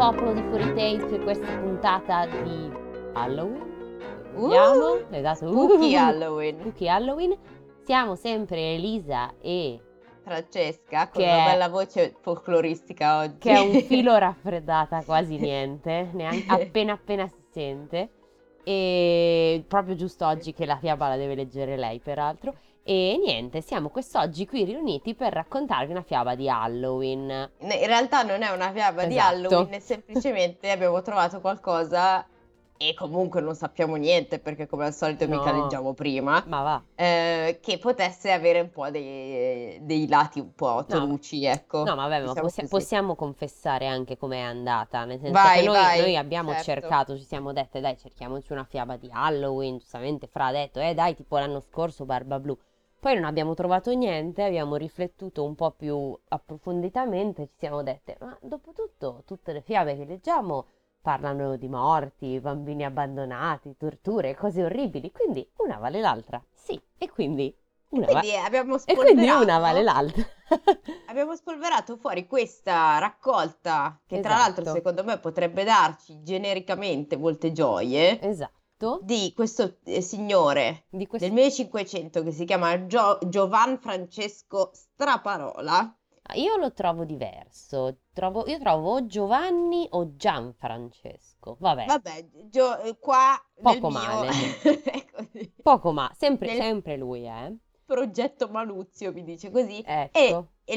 popolo di Fuori Tales per questa puntata di Halloween. Vediamo, esatto, Spooky Halloween. Spooky Halloween. Siamo sempre Elisa e Francesca con Che una è- bella voce folcloristica oggi. che è un filo raffreddata, quasi niente, neanche appena si sente. E proprio giusto oggi che la fiaba la deve leggere lei, peraltro. E niente, siamo quest'oggi qui riuniti per raccontarvi una fiaba di Halloween. In realtà non è una fiaba di Esatto. Halloween, semplicemente abbiamo trovato qualcosa e comunque non sappiamo niente perché come al solito mica No. leggiamo prima, Ma va. che potesse avere un po' dei lati un po' truci, ecco. No, ma vabbè, ma Diciamo così. possiamo confessare anche com'è andata, nel senso Vai, che vai, noi abbiamo certo. cercato, ci siamo dette, dai, cerchiamoci una fiaba di Halloween, giustamente Fra ha detto, dai, tipo l'anno scorso Barba Blu. Poi non abbiamo trovato niente, abbiamo riflettuto un po' più approfonditamente, ci siamo dette, ma dopo tutto, tutte le fiabe che leggiamo parlano di morti, bambini abbandonati, torture, cose orribili, quindi una vale l'altra. Sì, e quindi una, Quindi abbiamo e quindi una spolverato. vale l'altra. Abbiamo spolverato fuori questa raccolta che tra l'altro Esatto. secondo me potrebbe darci genericamente molte gioie Esatto, di questo signore di questo... del 1500 che si chiama Giovan Francesco Straparola. Io lo trovo diverso, io trovo Giovanni o Gianfrancesco, vabbè, Vabbè, qua nel poco mio male, è così. poco ma, sempre, Nel sempre lui, progetto Manuzio mi dice così. ecco, E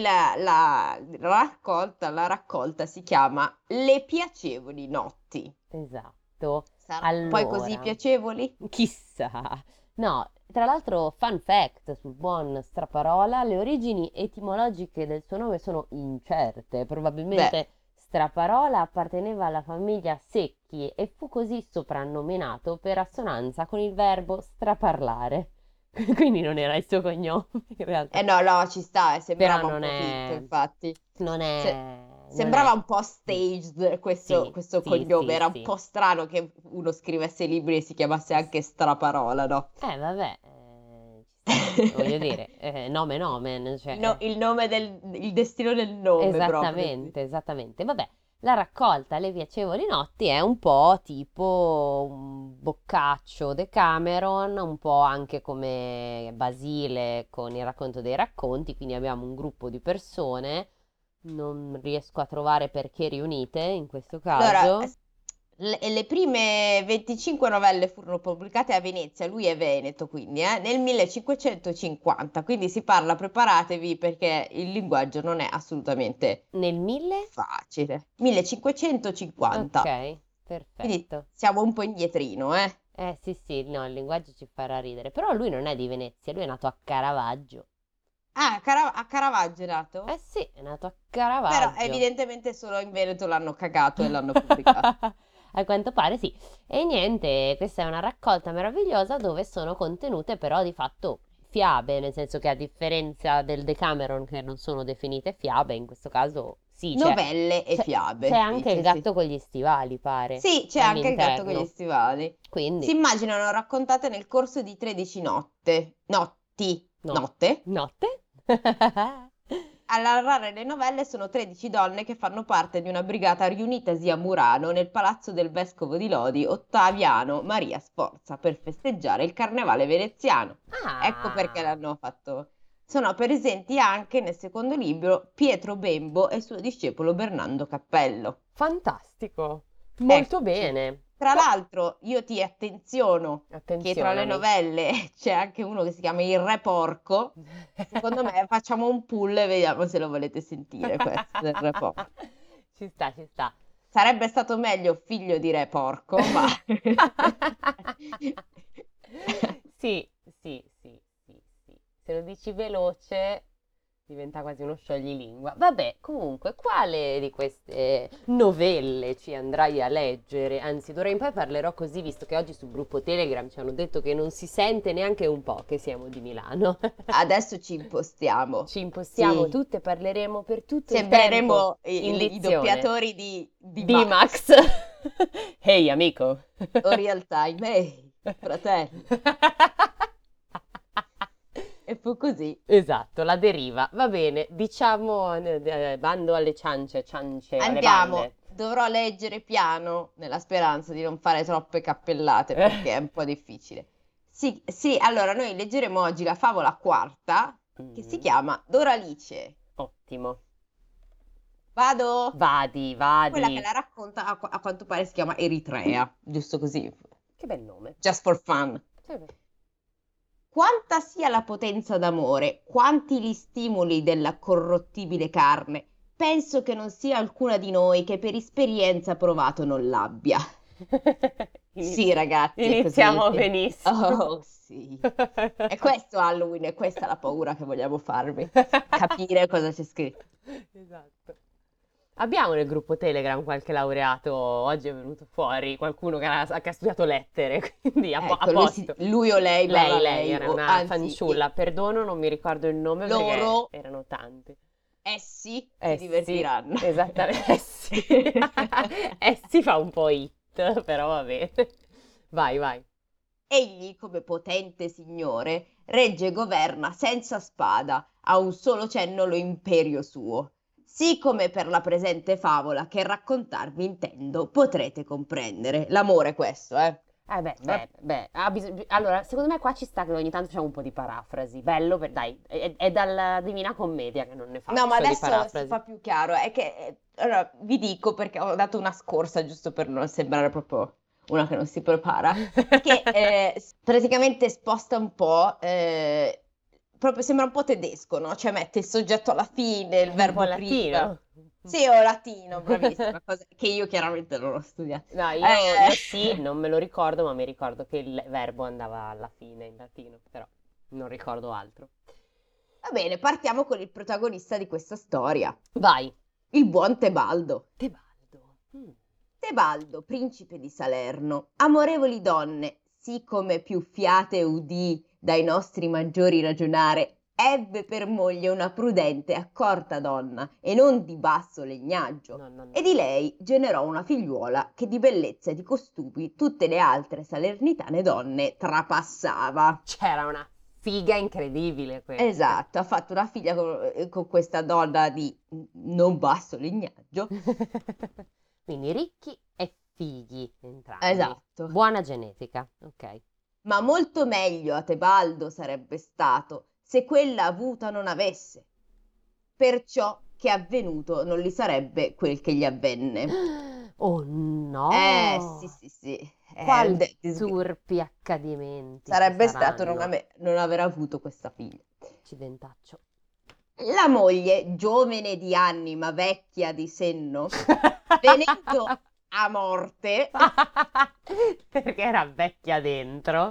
la raccolta si chiama Le piacevoli notti. esatto, Saranno poi così allora, piacevoli? chissà, no, tra l'altro fun fact sul buon Straparola, le origini etimologiche del suo nome sono incerte, probabilmente Beh, Straparola apparteneva alla famiglia Secchi e fu così soprannominato per assonanza con il verbo straparlare. Quindi non era il suo cognome, in realtà. no, ci sta, sembrava Però un non po' finto, è... infatti. Non è... non Sembrava è... un po' staged questo, Sì, questo sì, cognome, sì, era un sì. po' strano che uno scrivesse libri e si chiamasse anche Straparola, no? Vabbè, ci sta, voglio dire, nome nomen, cioè... Il nome il destino del nome proprio. Esattamente, esattamente. Vabbè, la raccolta Le piacevoli notti è un po' tipo un Boccaccio Decameron, un po' anche come Basile con il racconto dei racconti, quindi abbiamo un gruppo di persone, non riesco a trovare perché riunite in questo Allora, caso. le prime 25 novelle furono pubblicate a Venezia, lui è veneto quindi, nel 1550, quindi si parla, preparatevi perché il linguaggio non è assolutamente Nel 1000? facile. 1550, Ok, quindi perfetto. siamo un po' indietrino, eh? Sì, sì, no, il linguaggio ci farà ridere, però lui non è di Venezia, lui è nato a Caravaggio. Ah, a Caravaggio è nato? Eh sì, è nato a Però Caravaggio. evidentemente solo in Veneto l'hanno cagato e l'hanno pubblicato. A quanto pare sì. E niente, questa è una raccolta meravigliosa dove sono contenute però di fatto fiabe, nel senso che a differenza del Decameron che non sono definite fiabe, in questo caso sì, Novelle e c'è fiabe, anche il dice, sì. gatto con gli stivali, pare, Sì, c'è anche il gatto con gli all'interno. stivali. Si Quindi, immaginano raccontate nel corso di 13 no, notte. notte? A narrare le novelle sono 13 donne che fanno parte di una brigata riunitasi a Murano nel palazzo del vescovo di Lodi, Ottaviano Maria Sforza, per festeggiare il carnevale veneziano. Ecco perché Ah, l'hanno fatto. Sono presenti anche nel secondo libro Pietro Bembo e il suo discepolo Bernardo Cappello. fantastico, molto Eccoci. bene. Tra l'altro, io ti attenziono che tra le Attenzionami. novelle c'è anche uno che si chiama Il Re Porco. Secondo me facciamo un pull e vediamo se lo volete sentire questo del Re Porco. Ci sta, ci sta. Sarebbe stato meglio Figlio di Re Porco, ma Sì, sì, sì, sì, sì. Se lo dici veloce diventa quasi uno scioglilingua. Vabbè, comunque, quale di queste novelle ci andrai a leggere? Anzi, d'ora in poi parlerò così, visto che oggi sul gruppo Telegram ci hanno detto che non si sente neanche un po' che siamo di Milano. adesso ci impostiamo. Ci impostiamo Sì, tutte, parleremo per tutto il tempo sembreremo in i dizione. doppiatori di Di Max Max. Ehi, amico. o Real Time. Ehi, fratelli. E fu così. Esatto, la deriva. Va bene, diciamo bando alle ciance, alle Andiamo. balle. dovrò leggere piano nella speranza di non fare troppe cappellate perché è un po' difficile. Sì, sì, allora noi leggeremo oggi la favola quarta che si Mm, chiama Doralice. ottimo. Vado? Vadi, Quella che vadi. la racconta a quanto pare si chiama Eritrea, giusto così, Che bel nome. just for fun. Sì, beh. Quanta sia la potenza d'amore, quanti gli stimoli della corrottibile carne, penso che non sia alcuna di noi che per esperienza provato non l'abbia. Sì, Inizi- ragazzi, è così. Iniziamo benissimo. Oh, sì. È questo Halloween, è questa la paura che vogliamo farvi. Capire cosa c'è scritto. Esatto. Abbiamo nel gruppo Telegram qualche laureato, oggi è venuto fuori qualcuno che ha studiato lettere, quindi a Ecco, posto. lui o lei, barra Lei, lei, era o una anzi, fanciulla, perdono, non mi ricordo il nome perché loro, erano tanti. essi, si Sì, divertiranno. esattamente, sì. Si fa un po' hit, però va bene. Vai, vai. Egli, come potente signore, regge e governa senza spada, a un solo cenno lo imperio suo. Sì come per la presente favola che raccontarvi intendo, potrete comprendere. L'amore è questo, eh? Beh, allora, secondo me qua ci sta che ogni tanto facciamo un po' di parafrasi. Bello, dai, è dalla Divina Commedia che non ne No, ma faccio di adesso si parafrasi. fa più chiaro. È che, allora, vi dico perché ho dato una scorsa giusto per non sembrare proprio una che non si prepara, che praticamente sposta un po', proprio sembra un po' tedesco, no? Cioè mette il soggetto alla fine, il È un po' verbo prima. latino. Sì, o latino, bravissima, cosa che io chiaramente non ho studiato. No, io sì, non me lo ricordo, ma mi ricordo che il verbo andava alla fine in latino, però non ricordo altro. Va bene, partiamo con il protagonista di questa storia, Vai. il buon Tebaldo. Tebaldo. Tebaldo, principe di Salerno, amorevoli donne, sì come più fiate udì dai nostri maggiori ragionare, ebbe per moglie una prudente e accorta donna, e non di basso legnaggio, No, no, no. e di lei generò una figliuola che di bellezza e di costumi tutte le altre salernitane donne trapassava. C'era una figa incredibile questa. Esatto, ha fatto una figlia con questa donna di non basso legnaggio. Quindi ricchi e fighi entrambi. Esatto. Buona genetica, ok. Ma molto meglio a Tebaldo sarebbe stato se quella avuta non avesse. Perciò che avvenuto non gli sarebbe quel che gli avvenne. Oh Sì, no! sì, sì. Qual turpi accadimenti ci Sarebbe stato saranno? non aver avuto questa figlia. Accidentaccio. La moglie, giovane di anni ma vecchia di senno, venendo a morte, Perché era vecchia dentro.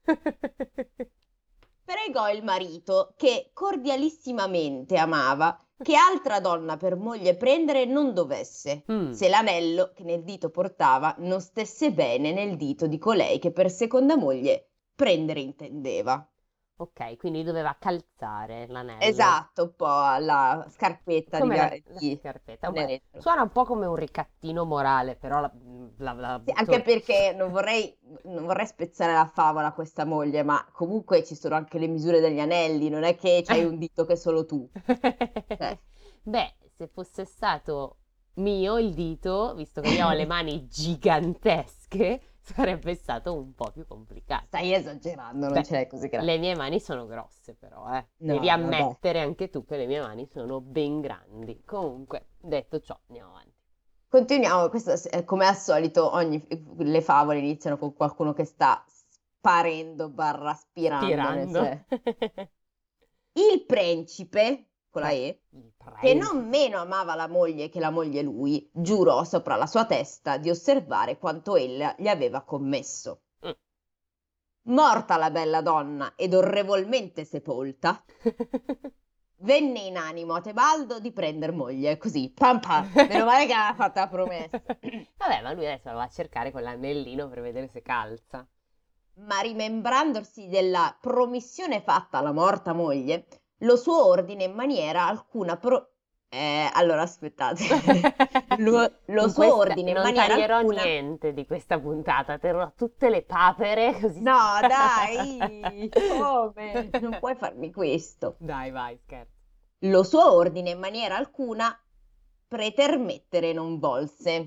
pregò il marito, che cordialissimamente amava, che altra donna per moglie prendere non dovesse, Mm. se l'anello che nel dito portava non stesse bene nel dito di colei che per seconda moglie prendere intendeva. Ok, quindi doveva calzare l'anello. Esatto, un po' alla scarpetta Come la di scarpetta. Benedetto. Suona un po' come un ricattino morale, però la Sì, butto anche lì. perché non vorrei spezzare la favola a questa moglie, ma comunque ci sono anche le misure degli anelli, non è che c'hai un dito che solo tu. Eh. Beh, se fosse stato mio il dito, visto che io ho le mani gigantesche, sarebbe stato un po' più complicato. Stai esagerando, non Beh, ce l'hai così grande. le mie mani sono grosse però, eh. No, Devi vabbè. ammettere anche tu che le mie mani sono ben grandi. Comunque, detto ciò, andiamo avanti. Continuiamo, questo come al solito, le favole iniziano con qualcuno che sta sparendo barra spirando, Spirando. Il principe, con la Beh, E, il che principe. non meno amava la moglie che la moglie lui, giurò sopra la sua testa di osservare quanto ella gli aveva commesso. Mm. Morta la bella donna ed orrevolmente sepolta, venne in animo a Tebaldo di prender moglie, così, pam pam, meno male che aveva fatto la promessa. Vabbè, ma lui adesso va a cercare con l'anellino per vedere se calza. Ma rimembrandosi della promissione fatta alla morta moglie, lo suo ordine in maniera alcuna allora aspettate. Lo suo ordine in Non maniera taglierò alcuna. niente di questa puntata, terrò tutte le papere così. No, dai, come? Non puoi farmi questo. Dai, vai, scherzo. Lo suo ordine in maniera alcuna pretermettere non volse.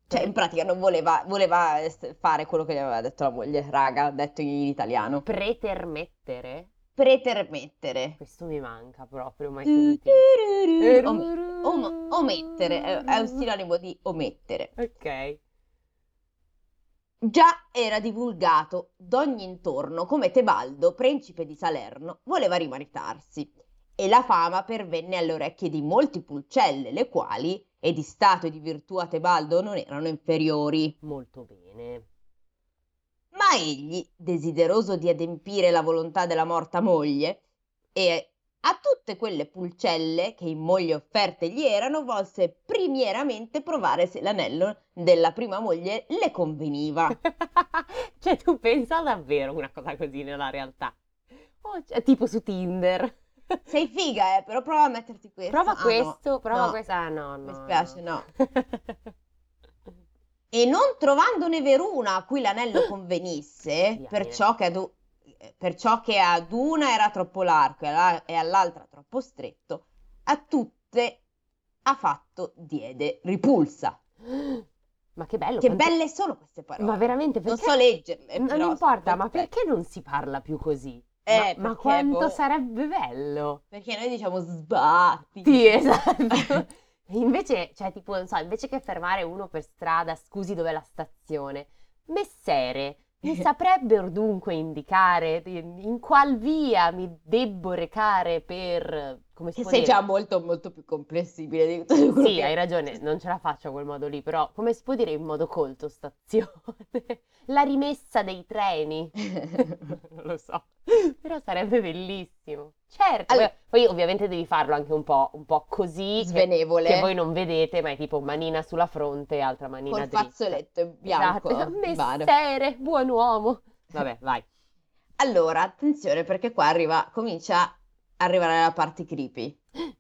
Cioè, in pratica non voleva fare quello che gli aveva detto la moglie, raga, detto in italiano. Pretermettere? Pretermettere. Questo mi manca proprio, mai Tu, sentito. tururu. Omettere, è un sinonimo di omettere. Ok. Già era divulgato d'ogni intorno come Tebaldo, principe di Salerno, voleva rimaritarsi, e la fama pervenne alle orecchie di molti pulcelle, le quali, e di stato e di virtù a Tebaldo, non erano inferiori. Molto bene. Ma egli, desideroso di adempiere la volontà della morta moglie, e a tutte quelle pulcelle che in moglie offerte gli erano, volse primieramente provare se l'anello della prima moglie le conveniva. Cioè, tu pensa davvero una cosa così nella realtà? Cioè, tipo su Tinder. Sei figa, però prova a metterti questo. Prova Ah, questo, prova no, questo. Ah, no, mi no, spiace, no. no. E non trovandone veruna a cui l'anello convenisse, Diamine. perciò che ad una era troppo largo e all'altra troppo stretto, a tutte ha fatto diede ripulsa. Ma che bello, Che belle sono queste parole. Ma veramente, Non perché? so leggerle, Non però importa, sono ma molto belle. perché non si parla più così? Ma Perché, quanto boh, sarebbe bello! perché noi diciamo sbatti. Sì, esatto. Invece, cioè, tipo, non so, invece che fermare uno per strada, scusi dov'è la stazione, messere, mi saprebbero dunque indicare in qual via mi debbo recare per, come si Che può sei dire? già molto molto più comprensibile di tutto quello Sì, hai che... ragione, non ce la faccio a quel modo lì, però come si può dire in modo colto stazione? La rimessa dei treni? Non lo so, però sarebbe bellissimo. Certo, Allora, poi ovviamente devi farlo anche un po' così che voi svenevole, non vedete, ma è tipo manina sulla fronte e altra manina col dritta. fazzoletto in Esatto, bianco in mano. messere, buon uomo. Vabbè, vai. Allora, attenzione perché qua comincia a arrivare la parte creepy.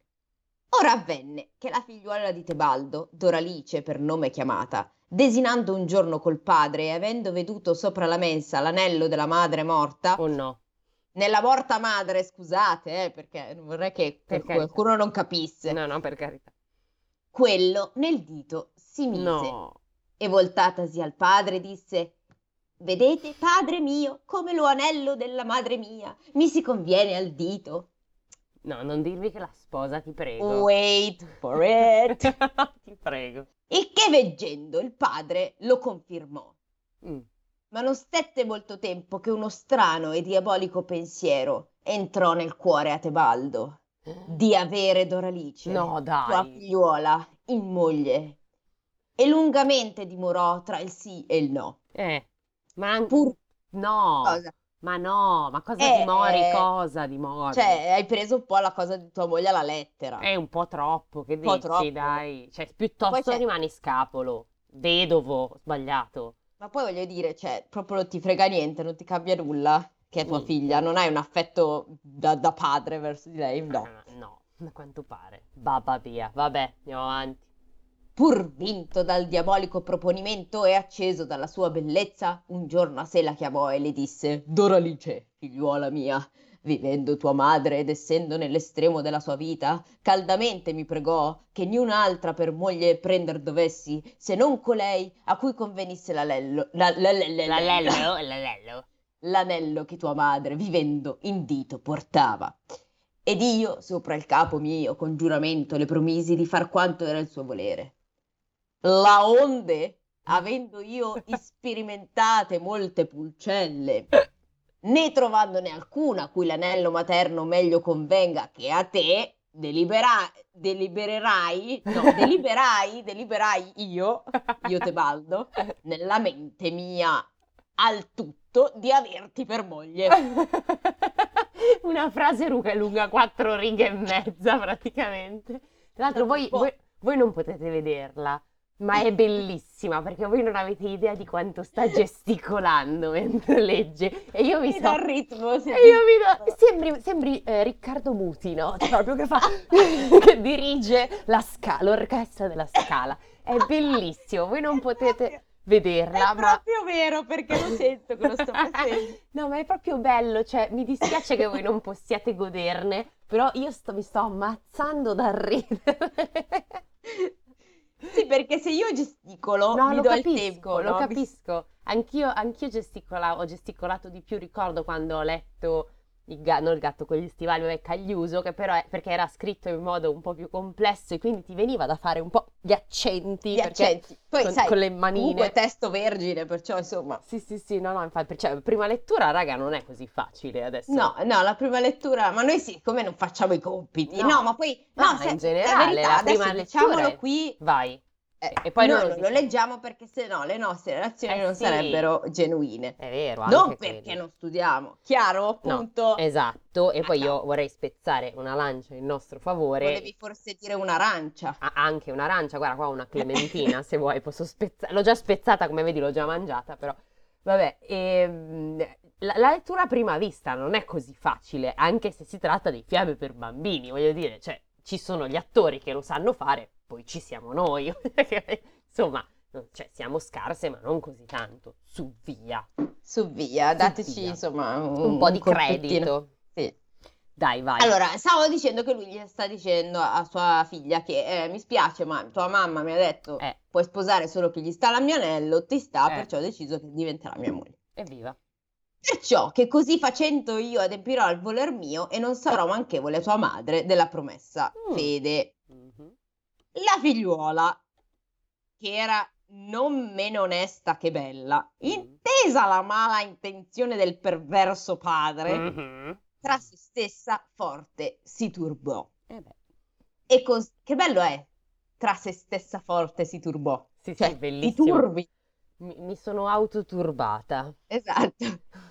Ora avvenne che la figliuola di Tebaldo, Doralice per nome chiamata, desinando un giorno col padre e avendo veduto sopra la mensa l'anello della madre morta, Oh no, nella morta madre, scusate, perché non vorrei che per carità. qualcuno non capisse, No, no, per carità. quello nel dito si mise No. e voltatasi al padre disse: Vedete, padre mio, come lo anello della madre mia mi si conviene al dito. No, non dirmi che la sposa, ti prego. Wait for it. Ti prego. Il che veggendo il padre lo confermò. Mm. Ma non stette molto tempo che uno strano e diabolico pensiero entrò nel cuore a Tebaldo di avere Doralice, No, sua dai. figliuola, in moglie, e lungamente dimorò tra il sì e il no. Ma Pur no, cosa? ma no, ma cosa dimori? Eh, Cosa dimori? cioè, hai preso un po' la cosa di tua moglie alla lettera, È un un po' troppo, che po' dici, troppo. dai. Cioè, Poi piuttosto c'è, rimani scapolo, vedovo, sbagliato. ma poi voglio dire, cioè, proprio non ti frega niente, non ti cambia nulla che è tua figlia, Niente. non hai un affetto da padre verso di lei, no. No, a quanto pare. Babba via. Vabbè, andiamo avanti. Pur vinto dal diabolico proponimento e acceso dalla sua bellezza, un giorno a sé la chiamò e le disse: Doralice, figliuola mia, vivendo tua madre ed essendo nell'estremo della sua vita, caldamente mi pregò che niun'altra per moglie prender dovessi, se non colei a cui convenisse L'alello. l'anello che tua madre, vivendo in dito, portava. Ed io, sopra il capo mio, con giuramento le promisi di far quanto era il suo volere. Laonde, avendo io sperimentate molte pulcelle, né trovandone alcuna a cui l'anello materno meglio convenga che a te, deliberai io Tebaldo, nella mente mia al tutto di averti per moglie. Una frase lunga 4 righe e mezza praticamente. Tra l'altro Dopo un po'. voi non potete vederla, ma è bellissima perché voi non avete idea di quanto sta gesticolando mentre legge. E io mi E sto... dal ritmo si E io mi dice. sembri Riccardo Muti, no? Cioè, proprio che fa... che dirige l'orchestra della Scala. È bellissimo, voi non potete vederla, È ma... proprio vero perché lo sento che lo sto facendo. No, ma è proprio bello, cioè mi dispiace che voi non possiate goderne, però io mi sto ammazzando dal ridere. Sì, perché se io gesticolo, No, mi lo do il capisco, tempo, lo no? capisco. Anch'io ho gesticolato di più, ricordo quando ho letto non il gatto con gli stivali, vabbè, Cagliuso, che però è perché era scritto in modo un po' più complesso e quindi ti veniva da fare un po' gli accenti, Gli perché accenti. Poi, sai, con le comunque è manine. testo vergine, perciò insomma. Sì, sì, sì, no, no, infatti, cioè, prima lettura, raga, non è così facile No, adesso. no, la prima lettura, ma noi siccome non facciamo i compiti, no, No, ma poi, no, ma in la generale verità, la prima adesso lettura diciamolo è... qui, Vai. E poi non noi lo non lo diciamo. leggiamo perché se no le nostre relazioni Eh non sì, sarebbero genuine. è vero, Non anche perché quello. non studiamo, chiaro? No, Punto. esatto. E A poi io capo. vorrei spezzare una lancia in nostro favore. Volevi forse dire un'arancia. Anche un'arancia, guarda qua una clementina, se vuoi posso spezzare. L'ho già spezzata, come vedi, l'ho già mangiata, però vabbè. La lettura a prima vista non è così facile, anche se si tratta di fiabe per bambini, voglio dire, cioè ci sono gli attori che lo sanno fare, poi ci siamo noi. Insomma, cioè, siamo scarse, ma non così tanto. Su via, Su via, su dateci via. insomma Un po' un di colpettino. credito. Sì. Dai, vai. Allora, stavo dicendo che lui gli sta dicendo a sua figlia che mi spiace, ma tua mamma mi ha detto Eh, puoi sposare solo chi gli sta l'anello, ti sta, eh, perciò ho deciso che diventerà mia moglie. evviva. Perciò che così facendo io adempirò al voler mio e non sarò manchevole a tua madre della promessa Mm. fede. Mhm. La figliuola, che era non meno onesta che bella, Mm. intesa la mala intenzione del perverso padre, Mhm. tra se stessa forte si turbò. Beh, E che bello è, tra se stessa forte si turbò. sì, sì, Cioè, ti bellissimo. turbi. Mi sono autoturbata. Esatto.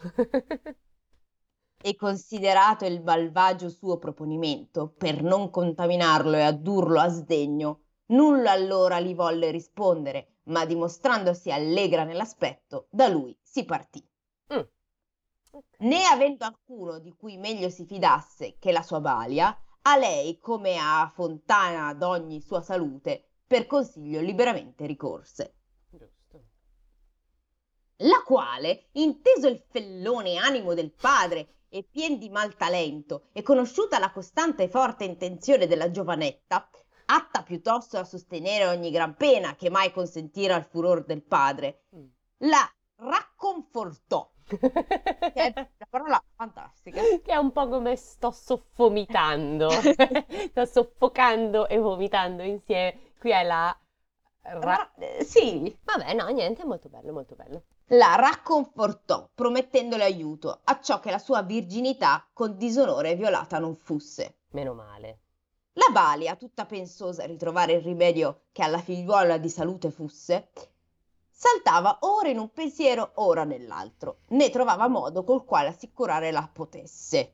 E considerato il malvagio suo proponimento, per non contaminarlo e addurlo a sdegno, nulla allora li volle rispondere, ma dimostrandosi allegra nell'aspetto, da lui si partì. Mm. Ok. Né avendo alcuno di cui meglio si fidasse che la sua Balia, a lei, come a fontana d'ogni sua salute, per consiglio liberamente ricorse. Giusto. La quale, inteso il fellone animo del padre e pien di mal talento, e conosciuta la costante e forte intenzione della giovanetta, atta piuttosto a sostenere ogni gran pena che mai consentire al furor del padre, Mm. la racconfortò, che è una parola fantastica. Che è un po' come sto soffomitando. Sto soffocando e vomitando insieme. Qui è la... Sì, Vabbè, no, niente, molto bello, molto bello. la racconfortò, promettendole aiuto, acciò che la sua virginità con disonore violata non fusse. Meno male. La Balia, tutta pensosa a ritrovare il rimedio che alla figliuola di salute fusse, saltava ora in un pensiero, ora nell'altro, né trovava modo col quale assicurarla potesse.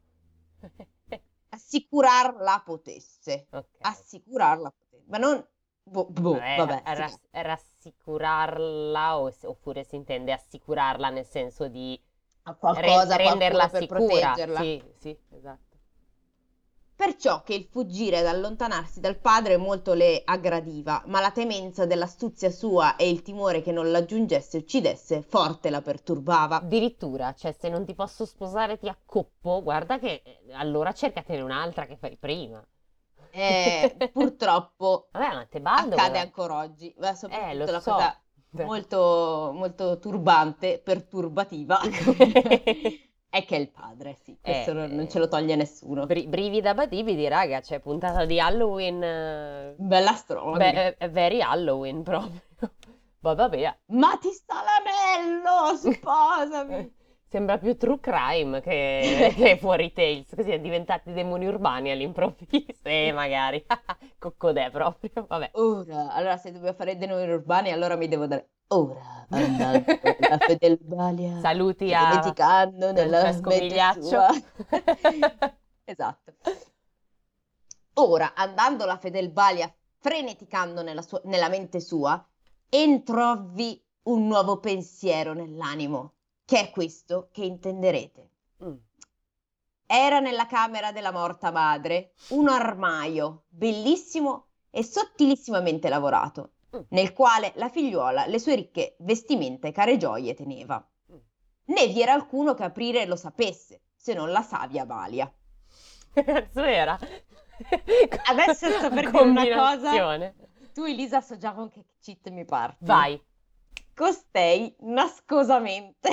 Assicurarla potesse. Ok. Assicurarla potesse. Ma non... Vabbè, vabbè, sti cazzi. rassicurarla oppure si intende assicurarla nel senso di A qualcosa, renderla qualcuno per sicura. proteggerla. Sì, sì, esatto. Perciò che il fuggire ed allontanarsi dal padre molto le aggradiva, ma la temenza dell'astuzia sua e il timore che non l'aggiungesse e uccidesse forte la perturbava. Addirittura, cioè se non ti posso sposare ti accoppo, guarda che allora cercatene un'altra che fai prima. Purtroppo Vabbè, ma te bando, accade ancora oggi, ma lo soprattutto la so. cosa molto, molto turbante, perturbativa, è che è il padre, sì, questo non ce lo toglie nessuno. Brivida badibidi, raga, c'è puntata di Halloween. Bella stronza. È very Halloween proprio. Vabbè. Ma ti sta l'anello, sposami! Sembra più true crime che fuori tales, così è diventati demoni urbani all'improvviso. Magari. Coccodè proprio, vabbè. Ora, allora se dobbiamo fare dei nomi urbani, allora mi devo dare... Ora, andando da Fedelbalia, Saluti a dimenticando nella Francesco mente Migliaccio. sua. Esatto. Ora, andando la Fedelbalia, freneticando nella mente sua, entrovvi un nuovo pensiero nell'animo, che è questo che intenderete. Era nella camera della morta madre un armaio bellissimo e sottilissimamente lavorato, nel quale la figliuola le sue ricche vestimenta e care gioie teneva. Né vi era alcuno che aprire lo sapesse, se non la savia Balia. Che cazzo era? Adesso sto per dire una cosa, Combinazione. Tu, Elisa, so già con che cheat mi parti. Vai. Costei nascosamente.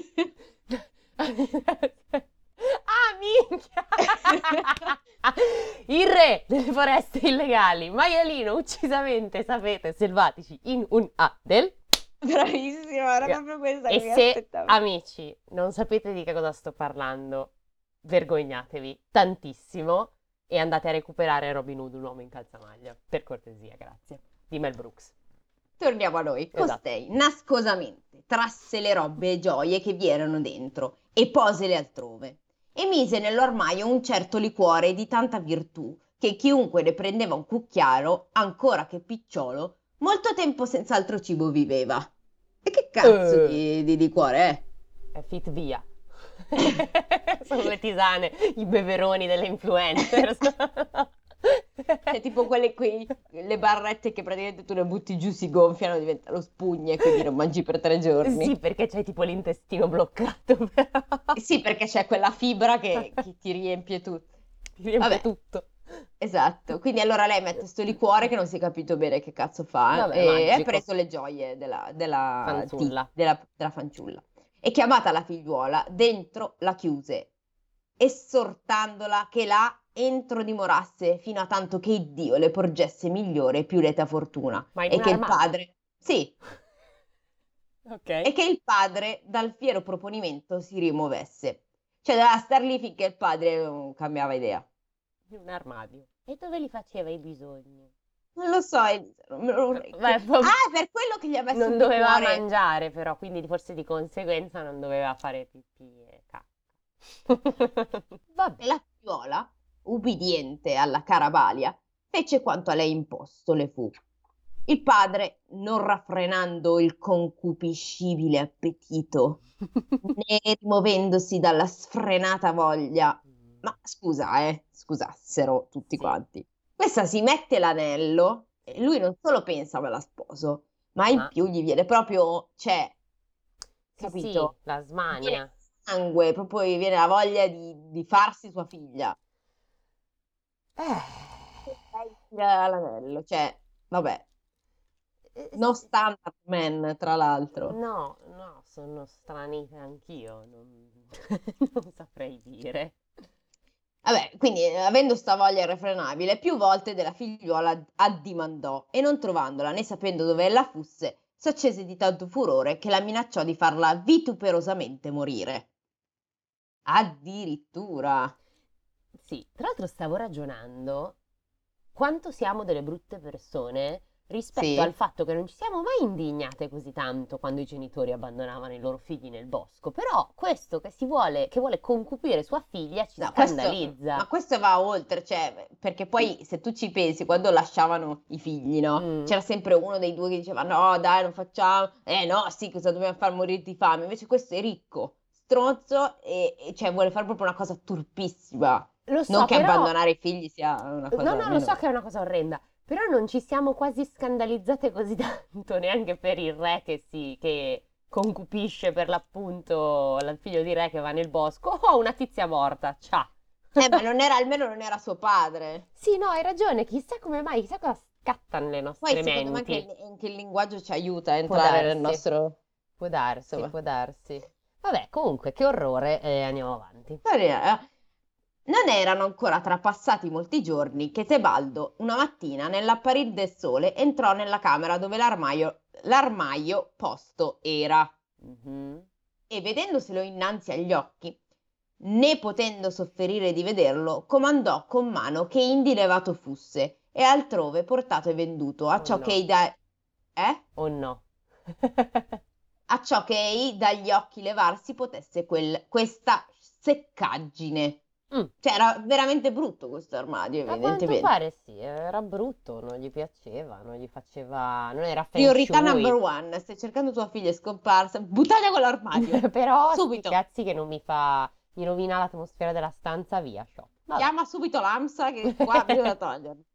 Ah, minchia! Il re delle foreste illegali, maialino uccisamente, sapete, selvatici in un del... Bravissima, era proprio questa E che mi se, aspettavo. amici, non sapete di che cosa sto parlando, vergognatevi tantissimo e andate a recuperare Robin Hood, un uomo in calzamaglia. Per cortesia, grazie. Di Mel Brooks. Torniamo a noi. Esatto. Costei nascosamente trasse le robe e gioie che vi erano dentro e posele altrove e mise nell'armadio un certo liquore di tanta virtù che chiunque ne prendeva un cucchiaro, ancora che picciolo, molto tempo senza altro cibo viveva. E che cazzo di liquore è? È fit via. Sono le tisane, i beveroni delle influencer. È tipo le barrette che praticamente tu le butti giù, si gonfiano, diventano spugne, quindi non mangi per 3 giorni. Sì, perché c'hai tipo l'intestino bloccato, però. Sì, perché c'è quella fibra che ti riempie tutto. Ti riempie Vabbè, tutto. esatto. Quindi allora lei mette sto liquore che non si è capito bene che cazzo fa Vabbè, e ha magico. preso le gioie Fanciulla. della fanciulla. E chiamata la figliuola, dentro la chiuse, esortandola che là entro dimorasse fino a tanto che Iddio le porgesse migliore e più lieta fortuna. Ma in E un che il armadio? padre, sì, Ok. e che il padre dal fiero proponimento si rimuovesse. Cioè doveva star lì finché il padre non cambiava idea. In un armadio. E dove li faceva i bisogni? Non lo so, Elisa, non me lo Beh, Ah, è per quello che gli ha messo non il doveva liquore. mangiare, però, quindi forse di conseguenza non doveva fare pipì e cacca. E Vabbè. la figliuola, ubbidiente alla cara Balia, fece quanto a lei imposto le fu. Il padre, non raffrenando il concupiscibile appetito, né rimuovendosi dalla sfrenata voglia, ma scusassero tutti Sì. quanti. Questa si mette l'anello e lui non solo pensa me la sposo, ma in Ma- più gli viene proprio, cioè, Sì, capito? la Gli smania. viene sangue, proprio gli viene la voglia di farsi sua figlia. E lei tira l'anello, cioè, vabbè, non standard man, tra l'altro. No, sono stranita anch'io, non saprei dire. Vabbè, quindi avendo sta voglia irrefrenabile, più volte della figliuola addimandò e non trovandola né sapendo dove ella fosse, s'accese di tanto furore che la minacciò di farla vituperosamente morire. Addirittura. Sì, tra l'altro stavo ragionando quanto siamo delle brutte persone rispetto Sì. al fatto che non ci siamo mai indignate così tanto quando i genitori abbandonavano i loro figli nel bosco, però questo che vuole concupire sua figlia ci No, scandalizza. ma questo va oltre, cioè, perché poi se tu ci pensi, quando lasciavano i figli, no? Mm. C'era sempre uno dei due che diceva no, dai, non facciamo, no, sì, cosa dobbiamo far morire di fame? Invece questo è ricco, stronzo cioè vuole fare proprio una cosa turpissima. Lo so, Non che però... abbandonare i figli sia una cosa No, lo so minore. che è una cosa orrenda, però non ci siamo quasi scandalizzate così tanto, neanche per il re che concupisce per l'appunto il figlio di re che va nel bosco. Oh, una tizia morta, ciao. Ma almeno non era suo padre. Sì, no, hai ragione, chissà come mai, chissà cosa scatta nelle Poi nostre secondo me menti. anche il linguaggio ci aiuta a Può entrare nel darsi, nostro... può darsi, Insomma. può darsi. Vabbè, comunque, che orrore, andiamo avanti. Non erano ancora trapassati molti giorni che Tebaldo, una mattina, nell'apparir del sole, entrò nella camera dove l'armaio posto era Mhm. e, vedendoselo innanzi agli occhi, né potendo sofferire di vederlo, comandò con mano che indi levato fusse e altrove portato e venduto, Oh no, oh no. acciò che ei dagli occhi levarsi potesse questa seccaggine. Mm. Cioè, era veramente brutto questo armadio, A quanto evidentemente. pare sì, era brutto, non gli piaceva, non gli faceva, non era feng Priorità shui. number one, stai cercando tua figlia, è scomparsa, buttata quell'armadio, Però sti subito. cazzi che non mi rovina l'atmosfera della stanza, via, shop. Vabbè. Chiama subito l'AMSA che qua bisogna toglierlo.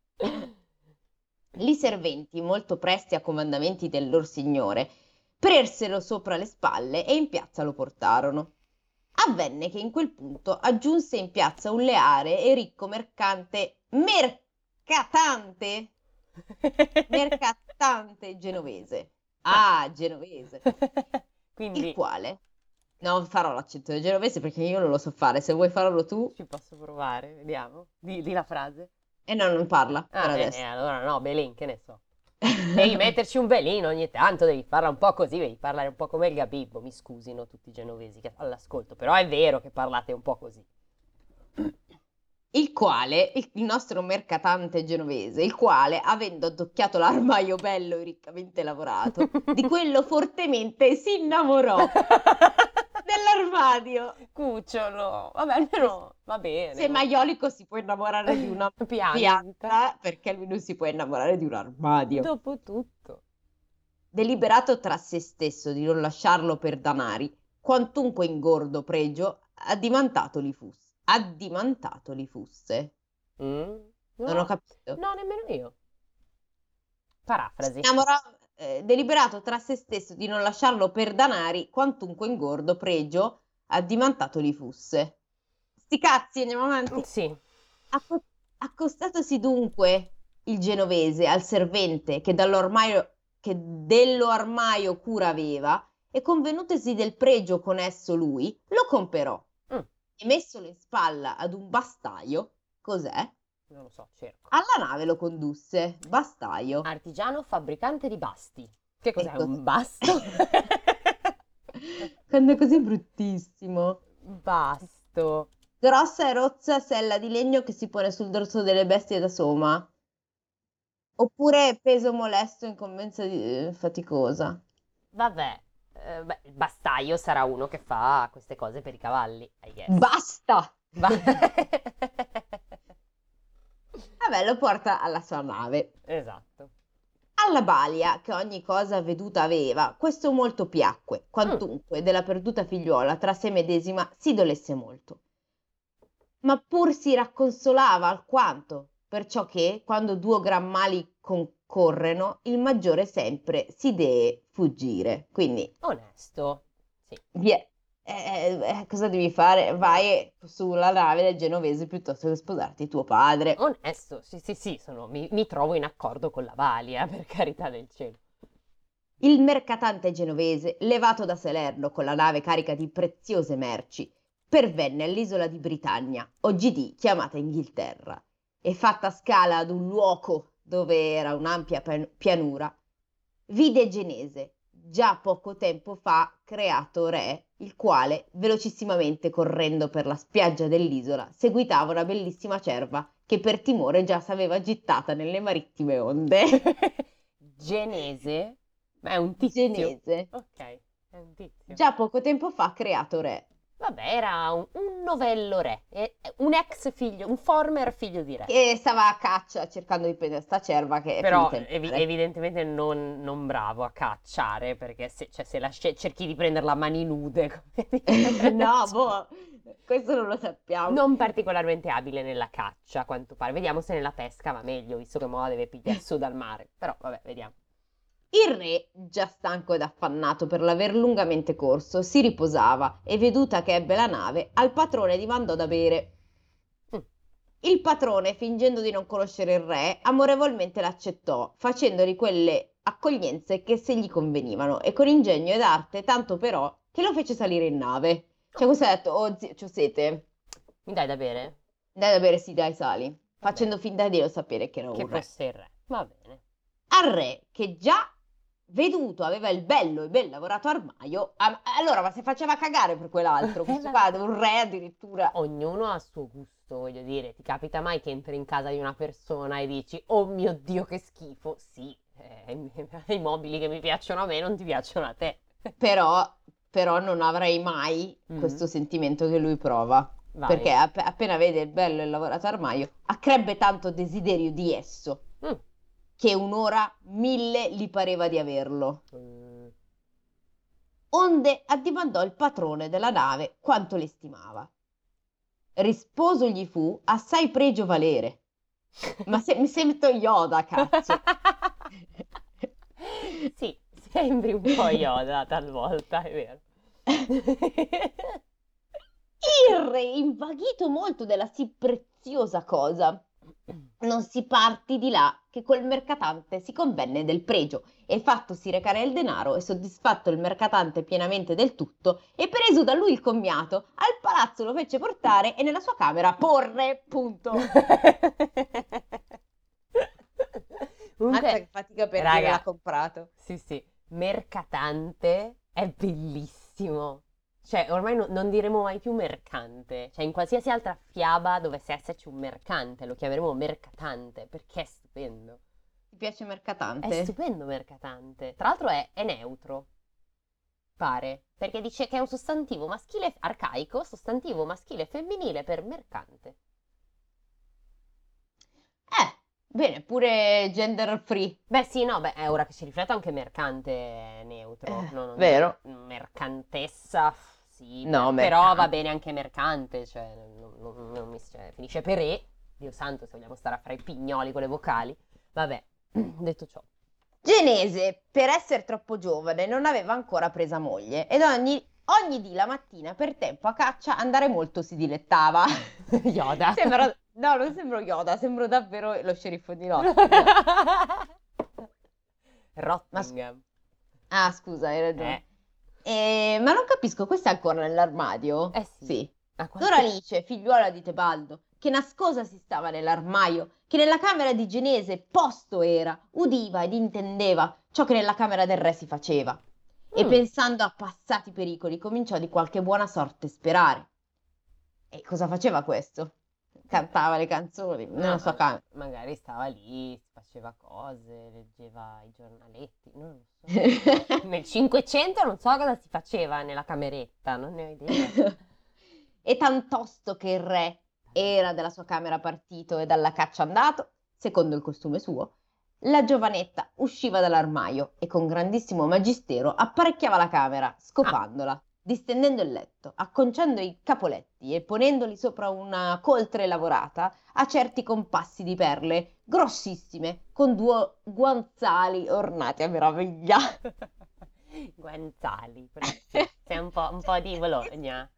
Gli serventi, molto presti a comandamenti del lor signore, presero sopra le spalle e in piazza lo portarono. Avvenne che in quel punto aggiunse in piazza un leare e ricco mercatante Mercatante genovese. Genovese. Il Quindi quale? Non farò l'accento genovese perché io non lo so fare. Se vuoi farlo tu, ci posso provare, vediamo. Di la frase. e no, non parla per Ah, adesso. allora no, Belin, che ne so. Devi metterci un velino ogni tanto, devi farla un po' così, devi parlare un po' come il Gabibbo. Mi scusino tutti i genovesi che all'ascolto, però è vero che parlate un po' così. Il quale, il nostro mercatante genovese, il quale, avendo addocchiato l'armaio bello e riccamente lavorato, di quello fortemente si innamorò dell'armadio. Cucciolo, vabbè, almeno va bene. Se maiolico si può innamorare di una Pianta. pianta, perché lui non si può innamorare di un armadio. Dopotutto. Deliberato tra se stesso di non lasciarlo per danari, quantunque ingordo pregio, addimantatoli fusse. Addimantatoli fusse. Mm? Non ho No, capito. no, nemmeno io. Si Parafrasi. innamorò, deliberato tra se stesso di non lasciarlo per danari, quantunque ingordo pregio, addimantatoli fusse. Sti cazzi, andiamo avanti. Sì. Accostatosi dunque il genovese al servente che dello armaio cura aveva, e convenutesi del pregio con esso lui, lo comperò, Mm, e messolo in spalla ad un bastaio, cos'è? non lo so, cerco. Alla nave lo condusse, bastaio. Artigiano fabbricante di basti. Che cos'è? Ecco. Un basto? Quando è così bruttissimo. Basto. Grossa e rozza sella di legno che si pone sul dorso delle bestie da soma. Oppure peso molesto incombenza faticosa. Vabbè. Beh, il bastaio sarà uno che fa queste cose per i cavalli, I guess. Basta! Ba- Vabbè, lo porta alla sua nave. Esatto. Alla balia, che ogni cosa veduta aveva, questo molto piacque, quantunque della perduta figliuola tra se medesima si dolesse molto. Ma pur si racconsolava alquanto, perciò che, quando due gran mali concorreno, il maggiore sempre si dee fuggire. Quindi, Onesto. Sì. cosa devi fare? Vai sulla nave del genovese piuttosto che sposarti tuo padre. Onesto, sì, mi trovo in accordo con la Valia, per carità del cielo. Il mercatante genovese, levato da Salerno con la nave carica di preziose merci, pervenne all'isola di Britannia, oggidì chiamata Inghilterra, e fatta scala ad un luoco dove era un'ampia pianura, vide Genese, già poco tempo fa creato re, il quale, velocissimamente correndo per la spiaggia dell'isola, seguitava una bellissima cerva che per timore già s'aveva gittata nelle marittime onde. Genese? Ma è un tizio. Genese, Ok, è un tizio. già poco tempo fa creato re. Vabbè, era un novello re, un ex figlio, un former figlio di re. E stava a caccia cercando di prendere sta cerva che è Però finita in mare. evidentemente non bravo a cacciare, perché se cerchi di prenderla a mani nude, come dire, No, boh, questo non lo sappiamo. non particolarmente abile nella caccia, a quanto pare. Vediamo se nella pesca va meglio, visto che mo la deve pigliare su dal mare. Però, vabbè, vediamo. Il re, già stanco ed affannato per l'aver lungamente corso, si riposava e veduta che ebbe la nave, al patrone dimandò da bere. Mm. Il patrone, fingendo di non conoscere il re, amorevolmente l'accettò, facendogli quelle accoglienze che se gli convenivano, e con ingegno ed arte, tanto però, che lo fece salire in nave. Cioè, questo ha detto, oh zio, c'ho sete, Mi dai da bere? dai da bere, sì, dai, sali, Va facendo bene. finta di non sapere che era Che un re. fosse il re. Va bene. Al re, che già veduto aveva il bello e ben lavorato armaio, allora, ma si faceva cagare per quell'altro, questo qua, un re addirittura. Ognuno ha il suo gusto, voglio dire. Ti capita mai che entri in casa di una persona e dici, oh mio Dio, che schifo? Sì, i mobili che mi piacciono a me non ti piacciono a te. Però non avrei mai Mm. questo sentimento che lui prova, Vai. perché appena vede il bello e il lavorato armaio, accrebbe tanto desiderio di esso, Mm. che un'ora 1000 gli pareva di averlo. Mm. Onde addimandò il patrone della nave quanto l'estimava. Risposo gli fu assai pregio valere. Ma mi sento Yoda, cazzo. Sì, sembri un po' Yoda talvolta, è vero. Il re, invaghito molto della sì preziosa cosa, non si parti di là che col mercatante si convenne del pregio e fattosi recare il denaro e soddisfatto il mercatante pienamente del tutto e preso da lui il commiato, al palazzo lo fece portare e nella sua camera porre, punto. Mazza Comunque, che fatica per dire l'ha raga, comprato. sì, sì, mercatante è bellissimo. Cioè, ormai non diremo mai più mercante. Cioè, in qualsiasi altra fiaba dovesse esserci un mercante, lo chiameremo mercatante, perché è stupendo. Ti piace È mercatante? stupendo mercatante. Tra l'altro è neutro, pare, perché dice che è un sostantivo maschile arcaico, sostantivo maschile femminile per mercante. Bene, pure gender free. Beh, sì, no, beh, ora che ci rifletto anche mercante è neutro, Vero? mercantessa, sì, No, però va mercante. bene anche mercante, cioè, cioè, finisce per e, Dio santo, se vogliamo stare a fare i pignoli con le vocali. Vabbè, detto ciò. Genese, per essere troppo giovane, non aveva ancora presa moglie ed ogni dì la mattina per tempo a caccia andare molto si dilettava. Yoda. Sembra, no, non sembro Yoda, sembro davvero lo sceriffo di Nottingham. Ma Rottingham. scusa, hai Eh, ragione. Ma non capisco, questa è ancora nell'armadio? eh sì. Sì. A quanto... Doralice, figliuola di Tebaldo, che nascosa si stava nell'armaio, che nella camera di Genese posto era, udiva ed intendeva ciò che nella camera del re si faceva. E Mm. pensando a passati pericoli, cominciò di qualche buona sorte sperare. E cosa faceva questo? Cantava le canzoni No, nella sua camera. magari stava lì, faceva cose, leggeva i giornaletti, non lo so. Nel 500 non so cosa si faceva nella cameretta, non ne ho idea. E tantosto che il re era della sua camera partito e dalla caccia andato, secondo il costume suo, la giovanetta usciva dall'armaio e con grandissimo magistero apparecchiava la camera, Ah, scopandola, distendendo il letto, acconciando i capoletti e ponendoli sopra una coltre lavorata a certi compassi di perle grossissime, con due guanzali ornati a meraviglia. Guanzali, sei un po' di Bologna.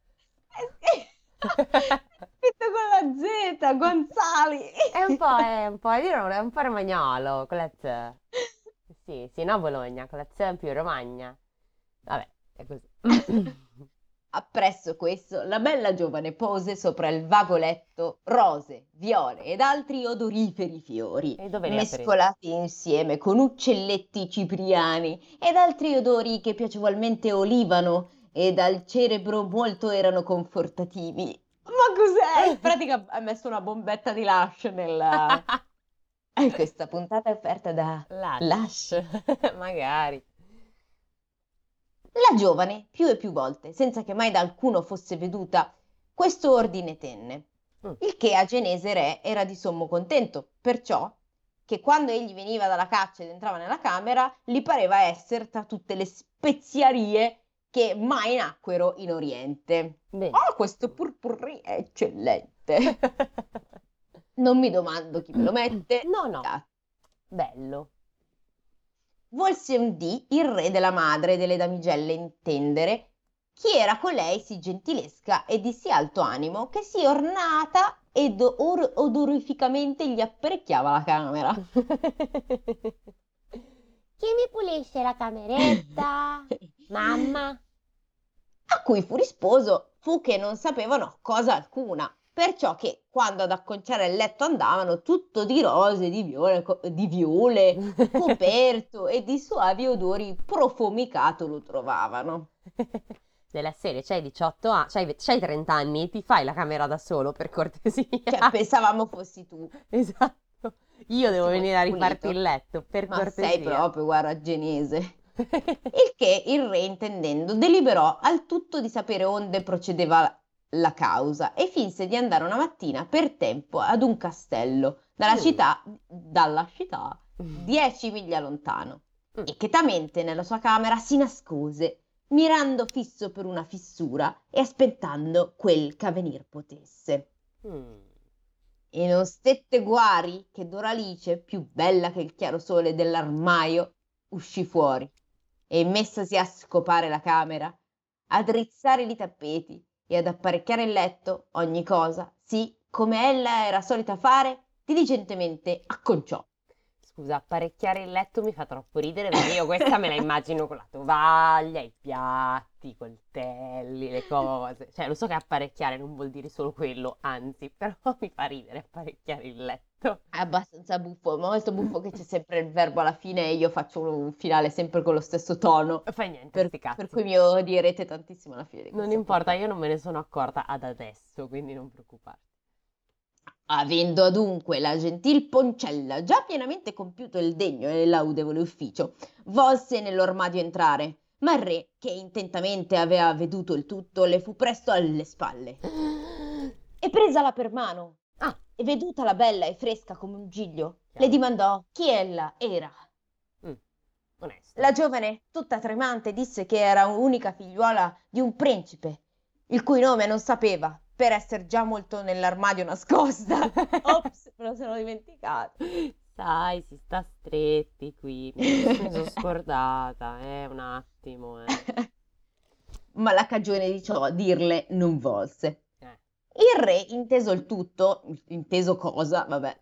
Scritto con la Z, Gonzali. È un po', io non- è un po' romagnolo, con la Z. Sì, sì, no Bologna, con la Z più Romagna. Vabbè, è così. Appresso questo, la bella giovane pose sopra il vago letto rose, viole ed altri odoriferi fiori, E dove li ha presi? mescolati insieme con uccelletti cipriani ed altri odori che piacevolmente olivano e dal cerebro molto erano confortativi. Ma cos'è? In pratica ha messo una bombetta di Lush nella... questa puntata è offerta da Lush, Lush. magari. La giovane, più e più volte, senza che mai da alcuno fosse veduta, questo ordine tenne, Mm. il che a Genese re era di sommo contento, perciò che quando egli veniva dalla caccia ed entrava nella camera, gli pareva essere tra tutte le speziarie che mai nacquero in Oriente. Oh, questo Benissimo. purpurri è eccellente! Non mi domando chi me lo mette. No, no, bello. Volse un dì il re della madre delle damigelle intendere chi era colei sì gentilesca e di sì alto animo che sì ornata ed odorificamente gli apparecchiava la camera. Chi mi pulisce la cameretta? Mamma? A cui fu risposo fu che non sapevano cosa alcuna, perciò che quando ad acconciare il letto andavano tutto di rose, di viole, coperto e di soavi odori profumicato lo trovavano. Della serie, c'hai 18 anni, c'hai 30 anni, ti fai la camera da solo, per cortesia. Cioè, pensavamo fossi tu, Esatto. Io devo fossi venire molto a rifarti il pulito, letto, per ma sei cortesia. proprio, guarda, genese. Il che il re, intendendo, deliberò al tutto di sapere onde procedeva la causa e finse di andare una mattina per tempo ad un castello Mm. dalla città 10 miglia lontano Mm. e chetamente nella sua camera si nascose, mirando fisso per una fissura e aspettando quel che potesse. Mm. E non stette guari che Doralice, più bella che il chiaro sole dell'armaio, uscì fuori e messasi a scopare la camera, a drizzare i tappeti e ad apparecchiare il letto, ogni cosa, sì, come ella era solita fare, diligentemente acconciò. Scusa, apparecchiare il letto mi fa troppo ridere perché io questa me la immagino con la tovaglia, i piatti, i coltelli, le cose. Cioè, lo so che apparecchiare non vuol dire solo quello, anzi, però mi fa ridere apparecchiare il letto. È abbastanza buffo, molto buffo che c'è sempre il verbo alla fine e io faccio un finale sempre con lo stesso tono, Fai niente, per, sti per cazzi. cui mi odierete tantissimo alla fine di Non questa importa, puntata. io non me ne sono accorta ad adesso, quindi non preoccuparti. Avendo adunque la gentil Poncella già pienamente compiuto il degno e laudevole ufficio, volse nell'ormadio entrare, ma il re, che intentamente aveva veduto il tutto, le fu presto alle spalle. E presala per mano, Ah, e vedutala bella e fresca come un giglio, le chiaro. dimandò chi ella era. Mm, onesto. La giovane, tutta tremante, disse che era unica figliuola di un principe, il cui nome non sapeva, per essere già molto nell'armadio nascosta. Ops, me lo sono dimenticato. Sai, si sta stretti qui. Mi sono scordata, un attimo, Ma la cagione di ciò dirle non volse. Eh. Il re, inteso il tutto, inteso cosa, vabbè,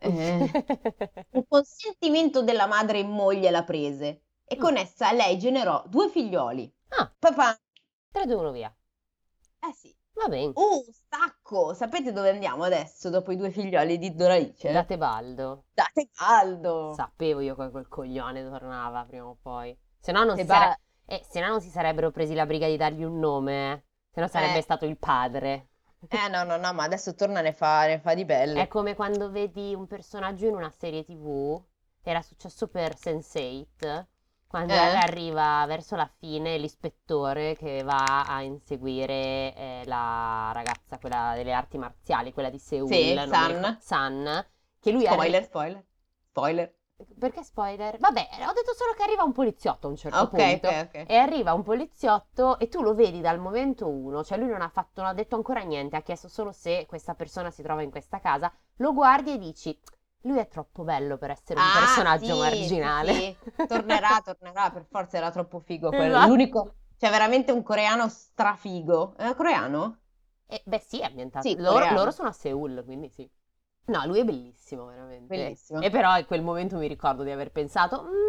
un consentimento della madre in moglie la prese e Mm. con essa lei generò 2 figlioli. Ah, Papà, 3, 2, 1, via. eh sì. Va bene. Stacco! Sapete dove andiamo adesso dopo i 2 figlioli di Doralice? Da Tebaldo. Da Tebaldo! Sapevo io che quel coglione tornava prima o poi. Se no non si Teba- se no non si sarebbero presi la briga di dargli un nome. Se no sarebbe Eh, stato il padre. no, ma adesso torna ne fa di È belle. come quando vedi un personaggio in una serie TV. Era successo per Sense8. Quando Eh? arriva verso la fine l'ispettore che va a inseguire la ragazza, quella delle arti marziali, quella di Seoul, Sì, non mi San. ricordo, San, che lui Spoiler. Perché spoiler? Vabbè, ho detto solo che arriva un poliziotto a un certo Ok, punto. ok. E arriva un poliziotto e tu lo vedi dal momento uno, cioè lui non ha detto ancora niente, ha chiesto solo se questa persona si trova in questa casa, lo guardi e dici, lui è troppo bello per essere un personaggio Sì, marginale. sì. Tornerà, per forza era troppo figo quello. Esatto. L'unico, cioè veramente un coreano strafigo. È coreano? Beh sì, è ambientato. Sì, Loro coreano. sono a Seoul, quindi sì. No, lui è bellissimo, veramente. Bellissimo. E però in quel momento mi ricordo di aver pensato, no,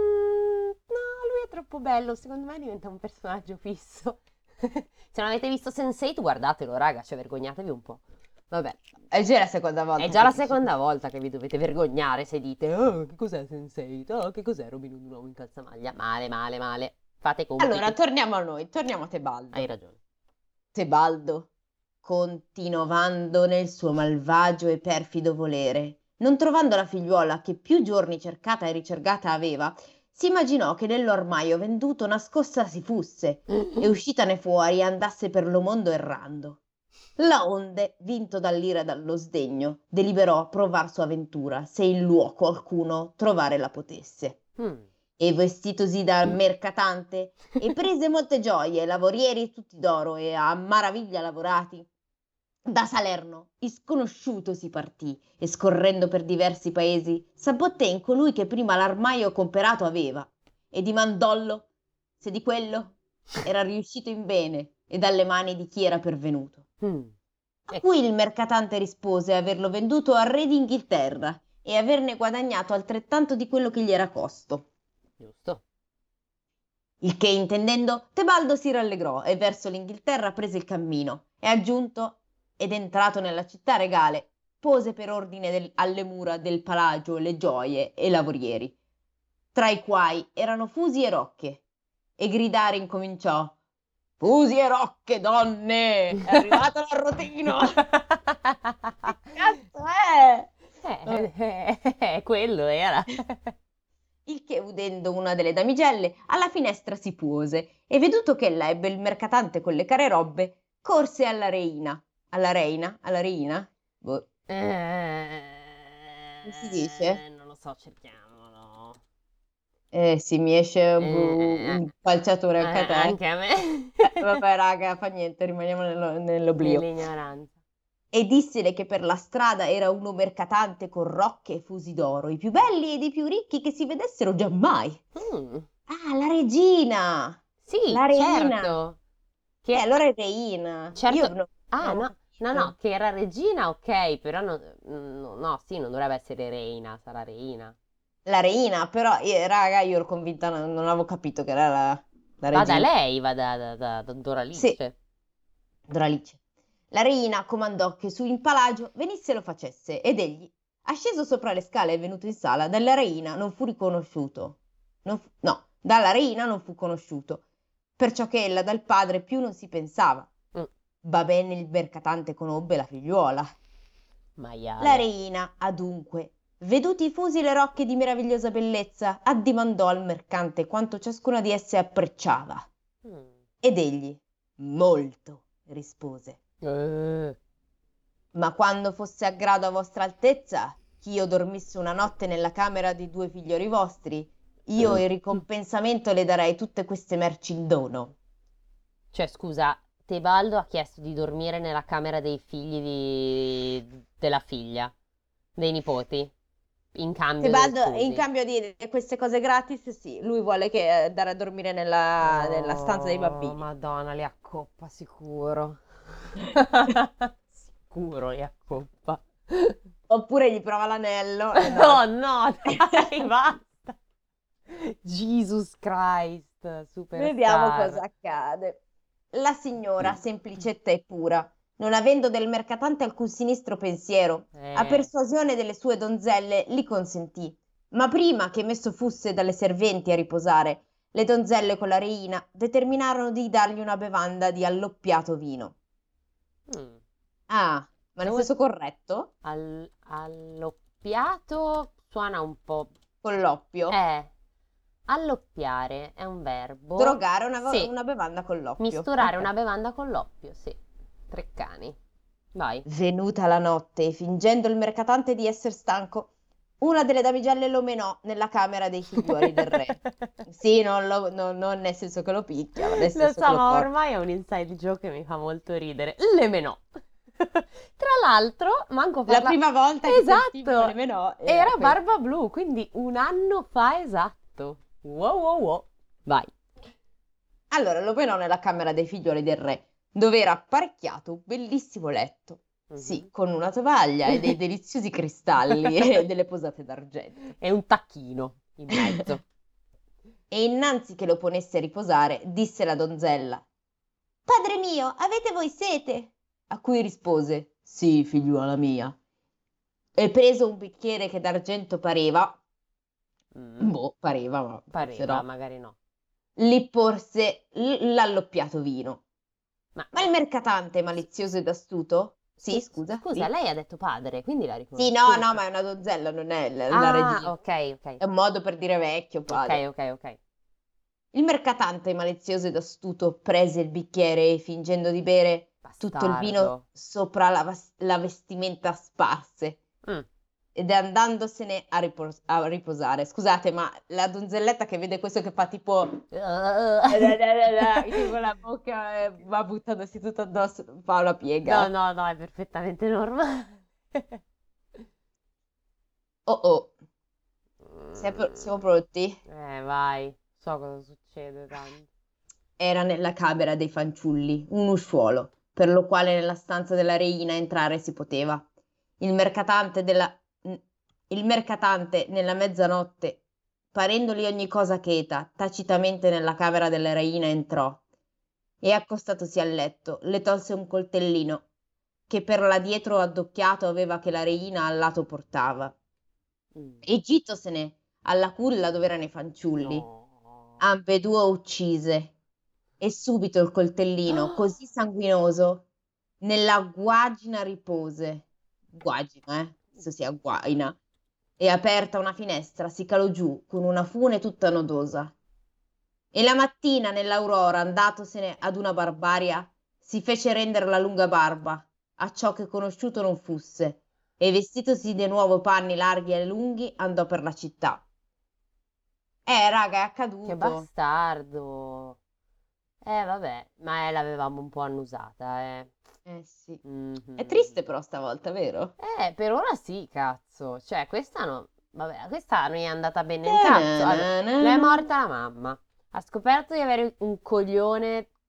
lui è troppo bello, secondo me diventa un personaggio fisso. Se non avete visto Sense8, guardatelo, raga, cioè vergognatevi un po'. Vabbè, È già la seconda volta. è già la che dici. seconda volta che vi dovete vergognare se dite, oh, che cos'è Sense8? Oh, che cos'è Robin Hood, un uomo in calzamaglia? Male, male, male. Fate i compiti. Allora, torniamo a noi, torniamo a Tebaldo. Hai ragione. Tebaldo, continuando nel suo malvagio e perfido volere, non trovando la figliuola che più giorni cercata e ricercata aveva, si immaginò che nell'ormaio venduto nascosta si fusse e uscitane fuori andasse per lo mondo errando. Laonde, vinto dall'ira e dallo sdegno, deliberò provar sua ventura, se in luoco alcuno trovare la potesse. Mm. E vestitosi da mercatante, e prese molte gioie, lavorieri tutti d'oro e a maraviglia lavorati, da Salerno, isconosciuto si partì, e scorrendo per diversi paesi, s'abbatté in colui che prima l'armaio comperato aveva, e dimandollo se di quello era riuscito in bene, e dalle mani di chi era pervenuto. Mm. A cui il mercatante rispose averlo venduto al re d'Inghilterra e averne guadagnato altrettanto di quello che gli era costo. Giusto. Il che intendendo, Tebaldo si rallegrò e verso l'Inghilterra prese il cammino e aggiunto ed entrato nella città regale, pose per ordine alle mura del palagio le gioie e lavorieri, tra i quai erano fusi e rocche, e gridare incominciò: Fusi e rocche, donne! È arrivato l'arrotino! Che cazzo è? Quello era. Il che, udendo una delle damigelle, alla finestra si puose, e veduto ch'ella ebbe il mercatante con le care robbe, corse alla reina. Alla reina? Boh, come si dice? Non lo so, cerchiamolo. Sì, mi esce un calciatore anche a te. Anche a me. Vabbè, raga, fa niente, rimaniamo nell'oblio. Nell'ignoranza. E dissele che per la strada era uno mercatante con rocche e fusi d'oro, i più belli ed i più ricchi che si vedessero giammai. Mm. Ah, la regina! Sì, La reina! certo. Che allora è reina. certo. Io no, Ah, non no. capisco. No, capito? che era regina, ok, però no, sì, non dovrebbe essere reina, sarà reina. La reina, però, raga, io ero convinta, non avevo capito che era la Va da regina. lei, va da Sì, Doralice. Doralice. La reina comandò che su in palagio venisse e lo facesse, ed egli, asceso sopra le scale e venuto in sala, dalla reina non fu riconosciuto. No, dalla reina non fu conosciuto, perciò che ella dal padre più non si pensava. Mm, Va bene il mercatante conobbe la figliuola. La maiale. reina, adunque, veduti i fusi le rocche di meravigliosa bellezza, addimandò al mercante quanto ciascuna di esse appreciava. Mm. Ed egli, molto, rispose. Eh, Ma quando fosse a grado a vostra altezza, ch'io dormisse una notte nella camera di due figlioli vostri, io in ricompensamento le darei tutte queste merci in dono. Cioè, scusa, Tebaldo ha chiesto di dormire nella camera dei figli della figlia, dei nipoti, in cambio dei Tebaldo, in scusi. cambio di queste cose gratis, sì, lui vuole che, dare a dormire nella stanza dei Oh, bambini. Madonna, li accoppa sicuro. Sicuro li accoppa. Oppure gli prova l'anello e no. Oh no, dai, basta. Jesus Christ, Vediamo superstar. cosa accade. La signora, semplicetta e pura, non avendo del mercatante alcun sinistro pensiero, a Eh, persuasione delle sue donzelle li consentì. Ma prima che messo fosse dalle serventi a riposare, le donzelle con la reina determinarono di dargli una bevanda di alloppiato vino. mm. Ah, ma Cosa nel vuoi? senso corretto? Alloppiato suona un po'. Con l'oppio? Eh, alloppiare è un verbo. Drogare Sì, una bevanda con l'oppio. misturare Ok. una bevanda con l'oppio, sì. Treccani. Vai. Venuta la notte e fingendo il mercatante di esser stanco, una delle damigelle lo menò nella camera dei figliuoli del re. Sì, non nel senso che lo picchia, ma nel Lo senso che so, lo ma porta. ormai è un inside joke che mi fa molto ridere. Le menò. Tra l'altro, manco La farla. prima volta che sentimmo le Esatto! menò era Era questo. Barba Blu, quindi un anno fa esatto. Wow, wow, wow. Vai. Allora lo menò nella camera dei figliuoli del re, dove era apparecchiato un bellissimo letto. Sì, Mhm. con una tovaglia e dei deliziosi cristalli e delle posate d'argento. E un tacchino in mezzo. E innanzi che lo ponesse a riposare, disse la donzella: Padre mio, avete voi sete? A cui rispose: Sì, figliuola mia. E preso un bicchiere che d'argento pareva, Mm, pareva, ma forse pareva, no, magari no. gli porse l'alloppiato vino. Ma Ma il mercatante, malizioso ed astuto, sì, scusa, scusa, sì. lei ha detto padre, quindi l'ha Sì, no, riconosciuto. ma è una donzella, non è la Ah, regina. ok, ok. È un modo per dire vecchio, Ok, padre. ok, ok. Il mercatante, malizioso ed astuto, prese il bicchiere e, fingendo di bere tutto il Bastardo. vino sopra la vestimenta sparse Mm. ed andandosene a riposare. Scusate, ma la donzelletta che vede questo che fa tipo, tipo la bocca va buttandosi tutto addosso, fa una No, piega. no, no, è perfettamente normale. Oh oh, siamo Mm. pronti? Vai, so cosa succede tanto. Era nella camera dei fanciulli un usciuolo, per lo quale nella stanza della reina entrare si poteva. Il mercatante della... il mercatante nella mezzanotte, parendoli ogni cosa cheta, tacitamente nella camera della reina entrò e accostatosi al letto, le tolse un coltellino che per là dietro addocchiato aveva che la reina al lato portava. Mm. E gittosene alla culla dove erano i fanciulli, No. ambedue uccise, e subito il coltellino, così sanguinoso, nella guagina ripose. Guagina, questo sia guaina. E aperta una finestra si calò giù con una fune tutta nodosa. E la mattina nell'aurora, andatosene ad una barbaria, si fece rendere la lunga barba, acciò che conosciuto non fusse, e vestitosi di nuovo panni larghi e lunghi, andò per la città. Raga, è Che accaduto. bastardo. Vabbè, ma l'avevamo un po' annusata, eh. Eh sì. È Mhm. triste però stavolta, vero? Per ora sì, cazzo. Cioè, questa no. Vabbè, questa non è andata bene un cazzo. Allora, le è Ta-na-na-na-na. morta la mamma. Ha scoperto di avere un coglione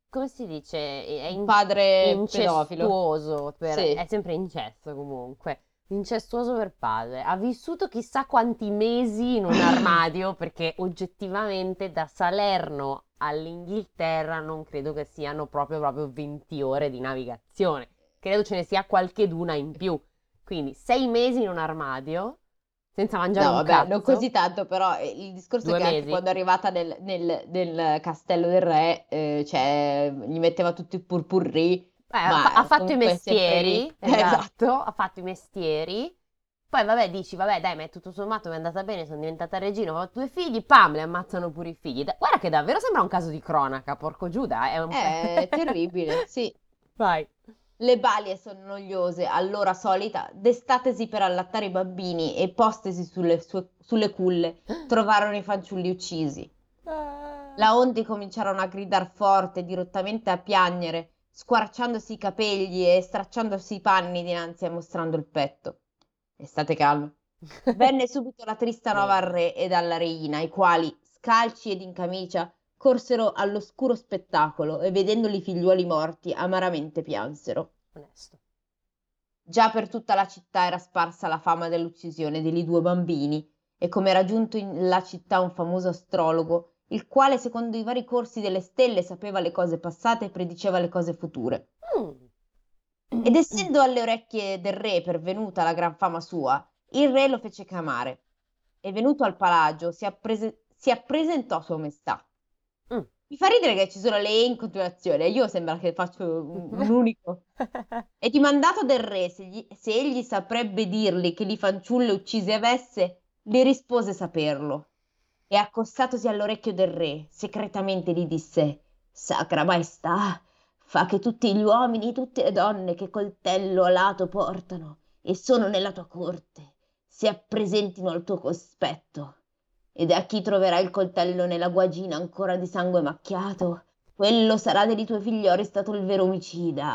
come si dice? È Un padre pedofilo. incestuoso, è Sì. sempre incesto comunque. Incestuoso per padre. Ha vissuto chissà quanti mesi in un armadio perché oggettivamente da Salerno all'Inghilterra non credo che siano proprio 20 ore di navigazione. Credo ce ne sia qualcheduna in più. Quindi 6 mesi in un armadio senza mangiare No, un vabbè, non cazzo. così tanto, però il discorso è Due che anche mesi? quando è arrivata nel castello del re, cioè, gli metteva tutto il purpurri, Ha ma fatto i comunque è sempre lì. mestieri, Esatto. esatto, ha fatto i mestieri. Poi vabbè, dici, vabbè, dai, ma tutto sommato mi è andata bene, sono diventata regina, ho fatto 2 figli, pam, le ammazzano pure i figli. Guarda che davvero sembra un caso di cronaca, porco Giuda, è un... È terribile, sì. Vai. Le balie sonnogliose, all'ora solita, destatesi per allattare i bambini e postesi sulle culle, trovarono i fanciulli uccisi. Laonde cominciarono a gridar forte, dirottamente a piangere, squarciandosi i capegli e stracciandosi i panni dinanzi a mostrando il petto. E state calmi. Venne subito la trista nuova al Bene, re ed alla reina, i quali, scalci ed in camicia, corsero all'oscuro spettacolo e vedendoli i figliuoli morti, amaramente piansero. onesto. Già per tutta la città era sparsa la fama dell'uccisione degli due bambini, e come era giunto in la città un famoso astrologo, il quale secondo i vari corsi delle stelle sapeva le cose passate e prediceva le cose future. Ed Mm. essendo alle orecchie del re pervenuta la gran fama sua, il re lo fece chiamare, e venuto al palagio si appresentò a sua maestà. Mm. Mi fa ridere che ci sono le E in continuazione, io sembra che faccio un unico. E dimandato del re se egli saprebbe dirgli che li fanciulle uccise avesse, gli rispose saperlo. E accostatosi all'orecchio del re, segretamente gli disse: Sacra Maestà, fa che tutti gli uomini, tutte le donne che coltello alato portano e sono nella tua corte, si appresentino al tuo cospetto. Ed a chi troverà il coltello nella guagina ancora di sangue macchiato, quello sarà dei tuoi figlioli stato il vero omicida.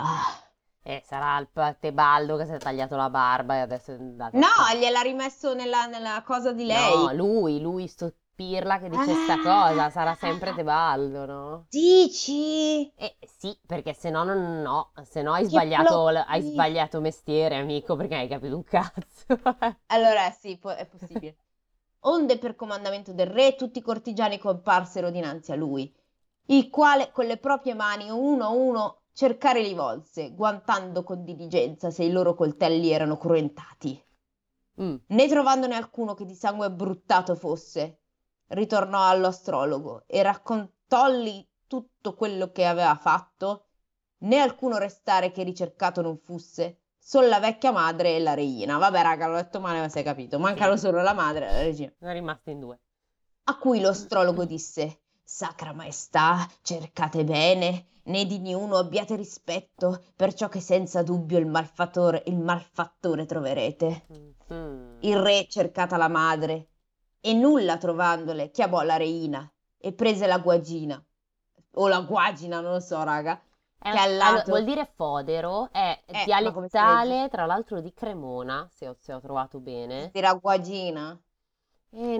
Sarà il Tebaldo che si è tagliato la barba e adesso è andato a No, fare. gliel'ha rimesso nella cosa di No, lei. lui, sto pirla che dice sta cosa, sarà sempre Ah, Tebaldo, no? dici? Sì, perché se no non no, se no hai Che sbagliato, plot hai twist. sbagliato mestiere, amico, perché hai capito un cazzo. Allora, sì, è possibile. Onde per comandamento del re tutti i cortigiani comparsero dinanzi a lui, il quale con le proprie mani uno a uno cercare li volse, guantando con diligenza se i loro coltelli erano cruentati. Mm. Né trovandone alcuno che di sangue bruttato fosse, ritornò all'astrologo e raccontolli tutto quello che aveva fatto, né alcuno restare che ricercato non fusse, sol la vecchia madre e la regina. Vabbè, raga, l'ho detto male, ma sei capito. Sì, Mancano solo la madre e la regina. sono rimasto in due. A cui l'astrologo disse: Sacra Maestà, cercate bene, né di niuno abbiate rispetto, perciò che senza dubbio il malfattore troverete. Mhm. Il re, cercata la madre, e nulla trovandole, chiamò la reina e prese la guagina, o la guagina, non lo so, raga, che al Allora, vuol lato. dire fodero, è Ma come si legge? dialettale, tra l'altro di Cremona, se ho trovato Si bene. dirà guagina? E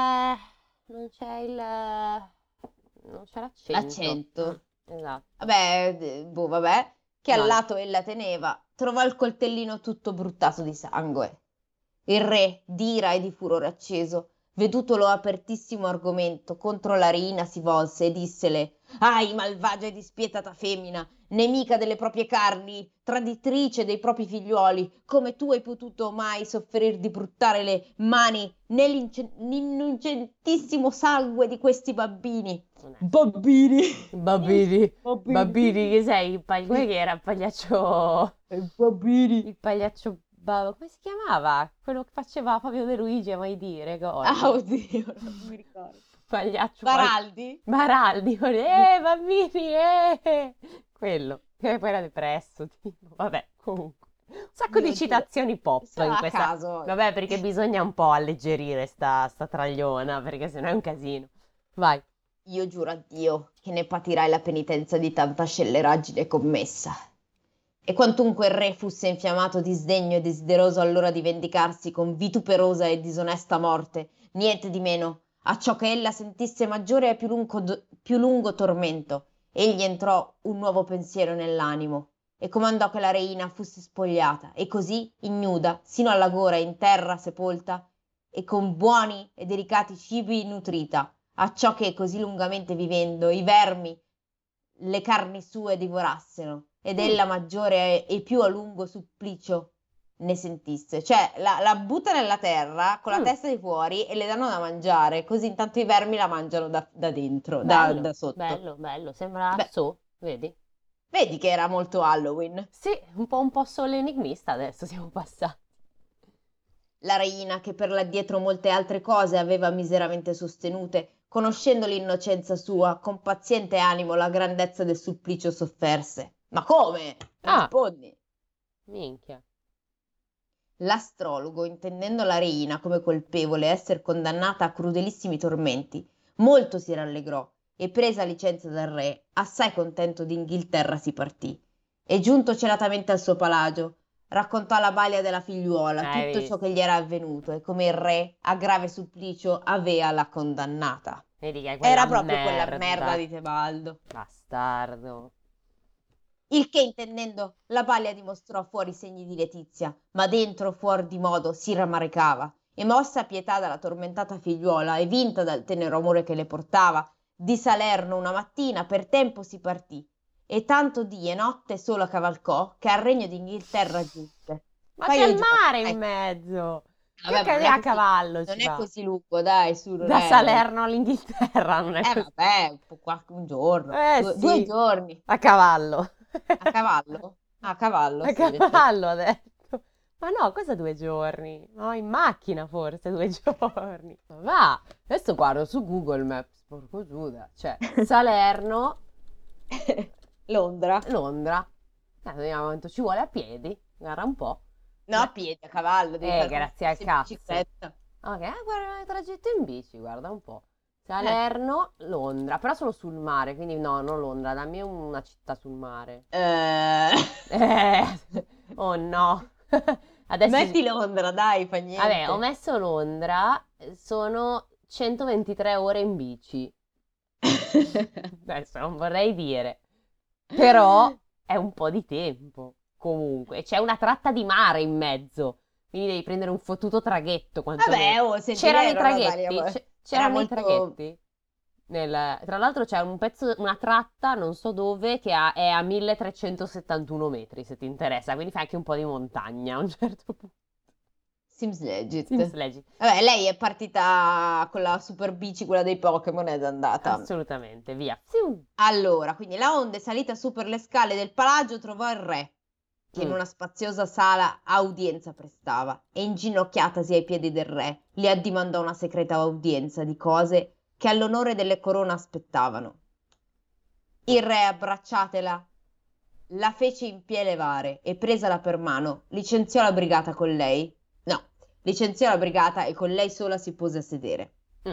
non c'è non c'è l'accento. L'accento. Esatto. Vabbè, boh, vabbè, che al Vai. lato ella teneva, trovò il coltellino tutto bruttato di sangue. Il re, d'ira e di furore acceso, vedutolo apertissimo argomento, contro la reina si volse e dissele: Ahi, malvagia e dispietata femmina, nemica delle proprie carni, traditrice dei propri figliuoli, come tu hai potuto mai soffrir di bruttare le mani nell'innocentissimo sangue di questi bambini? Onesto. Bambini! Bambini, Bambini! bambini, che sei? Come che era il pagliaccio? Bambini! Il pagliaccio... come si chiamava? Quello che faceva Fabio De Luigi a mai dire, Ah, ricordi? oddio, non mi ricordo. Pagliaccio Baraldi? Maraldi, bambini, Quello, che poi era depresso, tipo, vabbè, comunque. Un sacco di Io giuro, citazioni pop sono in a questa... caso. Vabbè, perché bisogna un po' alleggerire sta tragliona, perché sennò è un casino. Vai. Io giuro a Dio che ne patirai la penitenza di tanta scelleraggine commessa. E quantunque il re fosse infiammato di sdegno e desideroso allora di vendicarsi con vituperosa e disonesta morte, niente di meno, acciò che ella sentisse maggiore e più lungo tormento, Egli entrò un nuovo pensiero nell'animo e comandò che la reina fosse spogliata e così, ignuda, sino alla gola in terra sepolta e con buoni e delicati cibi nutrita, acciò che così lungamente vivendo i vermi le carni sue divorassero ed Mm. ella maggiore e più a lungo supplicio ne sentisse. Cioè la butta nella terra con la Mm. testa di fuori e le danno da mangiare, così intanto i vermi la mangiano da dentro, Bello, da sotto. bello, bello. Sembra Beh, vedi? vedi che era molto Halloween. Sì, un po' solo enigmista adesso siamo passati. La reina, che per l'addietro molte altre cose aveva miseramente sostenute, conoscendo l'innocenza sua, con paziente animo la grandezza del supplicio sofferse. Ma come? Ah, Rispondi. minchia. L'astrologo, intendendo la reina come colpevole esser condannata a crudelissimi tormenti, molto si rallegrò e presa licenza dal re, assai contento d'Inghilterra si partì. E giunto celatamente al suo palagio, raccontò alla balia della figliuola Hai tutto ciò che visto? gli era avvenuto e come il re, a grave supplicio, avea la condannata. Vedi che è quella Era proprio quella merda merda. di Tebaldo. Bastardo. Il che intendendo, la balia dimostrò fuori segni di letizia, ma dentro fuor di modo si rammaricava, e mossa a pietà dalla tormentata figliuola e vinta dal tenero amore che le portava, di Salerno una mattina per tempo si partì, e tanto dì e notte sola cavalcò, che al regno d'Inghilterra giunse. Ma c'è Paio il giorni, mare in mezzo. Che vabbè, ma a cavallo ci non è va? così lungo, dai, su, non Da è... Salerno all'Inghilterra non è così. vabbè, un giorno, due Sì, giorni, a cavallo. a cavallo, a cavallo, A sì, in effetti. cavallo ha detto. Ma no, cosa 2 giorni? No, in macchina forse 2 giorni. Ma va, adesso guardo su Google Maps, porco Giuda. Cioè, Salerno, Londra. Londra. Vediamo quanto ci vuole a piedi. Guarda un po'. No, a piedi, a cavallo, devi fare come se Grazie al fossi in cazzo. bicicletta. Ok, guarda il tragitto in bici, guarda un po'. Eh, Salerno, Londra, però solo sul mare, quindi no, non Londra, dammi una città sul mare. eh, Eh, oh no. Adesso, Metti Londra, dai, fa vabbè, ho niente. messo Londra, sono 123 ore in bici. Adesso non vorrei dire, però è un po' di tempo, comunque. E c'è una tratta di mare in mezzo, quindi devi prendere un fottuto traghetto, quantomeno. Vabbè, oh, senti, C'erano lei i era una Dalia, traghetti? era C'erano i molto... traghetti? Tra l'altro c'è un pezzo, una tratta, non so dove, è a 1371 metri, se ti interessa, quindi fai anche un po' di montagna a un certo punto. Sims Legit. Sims Legend. Vabbè, lei è partita con la super bici, quella dei Pokémon, ed è andata. Assolutamente, via. Fiu. Allora, quindi la onde, salita su per le scale del palagio, trovò il re, che in Mm. una spaziosa sala a udienza prestava, e inginocchiatasi ai piedi del re, gli addimandò una segreta udienza di cose che all'onore delle corone aspettavano. Il re, abbracciatela, la fece in pie levare e presala per mano, licenziò la brigata con lei. No, licenziò la brigata e con lei sola si pose a sedere. Mm.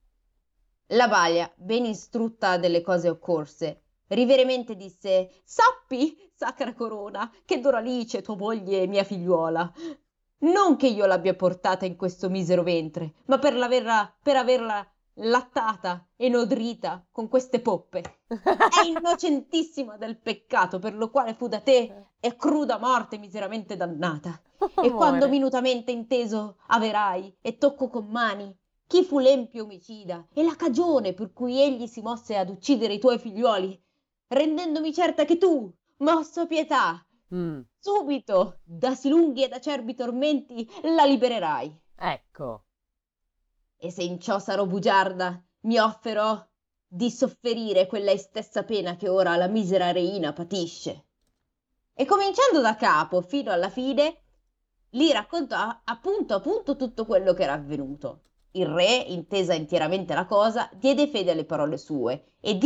La balia, ben istrutta delle cose occorse, riveremente disse: Sappi, sacra corona, che Doralice, tua moglie e mia figliuola, non che io l'abbia portata in questo misero ventre, ma per averla lattata e nodrita con queste poppe. È innocentissima del peccato per lo quale fu da te e cruda morte miseramente dannata. E quando Amore. minutamente inteso averai e tocco con mani chi fu l'empio omicida e la cagione per cui egli si mosse ad uccidere i tuoi figliuoli, rendendomi certa che tu, mosso a pietà, Mm. subito, da sì lunghi ed acerbi tormenti, la libererai. Ecco. E se in ciò sarò bugiarda, mi offerò di sofferire quella stessa pena che ora la misera reina patisce. E cominciando da capo fino alla fine, gli raccontò appunto tutto quello che era avvenuto. Il re, intesa intieramente la cosa, diede fede alle parole sue ed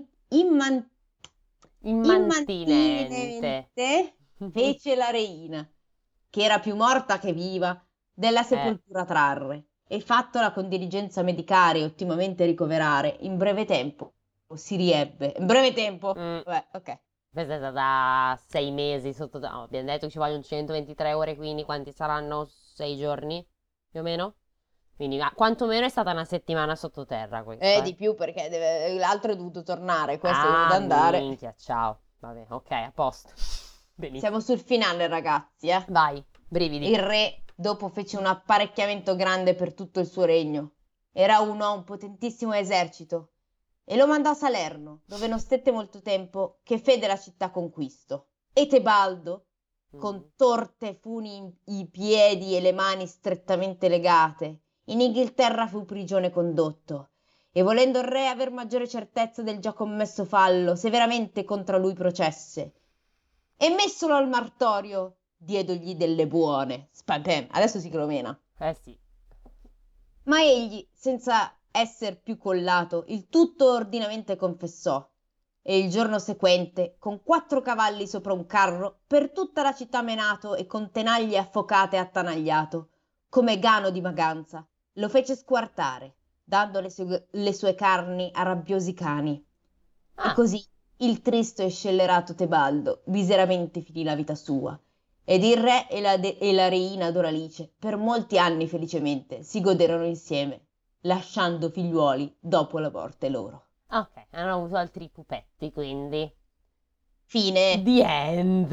Immantinente. immantinente fece la reina, che era più morta che viva, della Eh. sepoltura trarre e fattola con diligenza medicare e ottimamente ricoverare, in breve tempo si riebbe. In breve tempo? Mm. Vabbè, ok. Questa è stata 6 mesi sotto... no, abbiamo detto che ci vogliono 123 ore, quindi quanti saranno? 6 giorni? Più o meno? Quindi quantomeno è stata una settimana sottoterra questa, Di più perché l'altro è dovuto tornare, questo è Ah, dovuto andare. minchia, ciao. Vabbè, ok, a posto. Benissimo. Siamo sul finale, ragazzi, eh. Vai, brividi. Il re dopo fece un apparecchiamento grande per tutto il suo regno. Era uno a un potentissimo esercito e lo mandò a Salerno, dove non stette molto tempo, che fede la città conquistò. E Tebaldo, con torte funi i piedi e le mani strettamente legate, in Inghilterra fu prigione condotto. E volendo il re aver maggiore certezza del già commesso fallo, severamente contra lui processe. E messolo al martorio, diedogli delle buone. Spam, adesso si che lo mena. Sì. Ma egli, senza esser più collato, il tutto ordinamente confessò. E il giorno sequente, con 4 cavalli sopra un carro, per tutta la città menato e con tenaglie affocate attanagliato, come gano di maganza, lo fece squartare, dando le sue carni a rabbiosi cani. E così il tristo e scellerato Tebaldo miseramente finì la vita sua. Ed il re e la reina Doralice, per molti anni felicemente, si goderono insieme, lasciando figliuoli dopo la morte loro. Ok, hanno avuto altri pupetti, quindi. Fine. The end.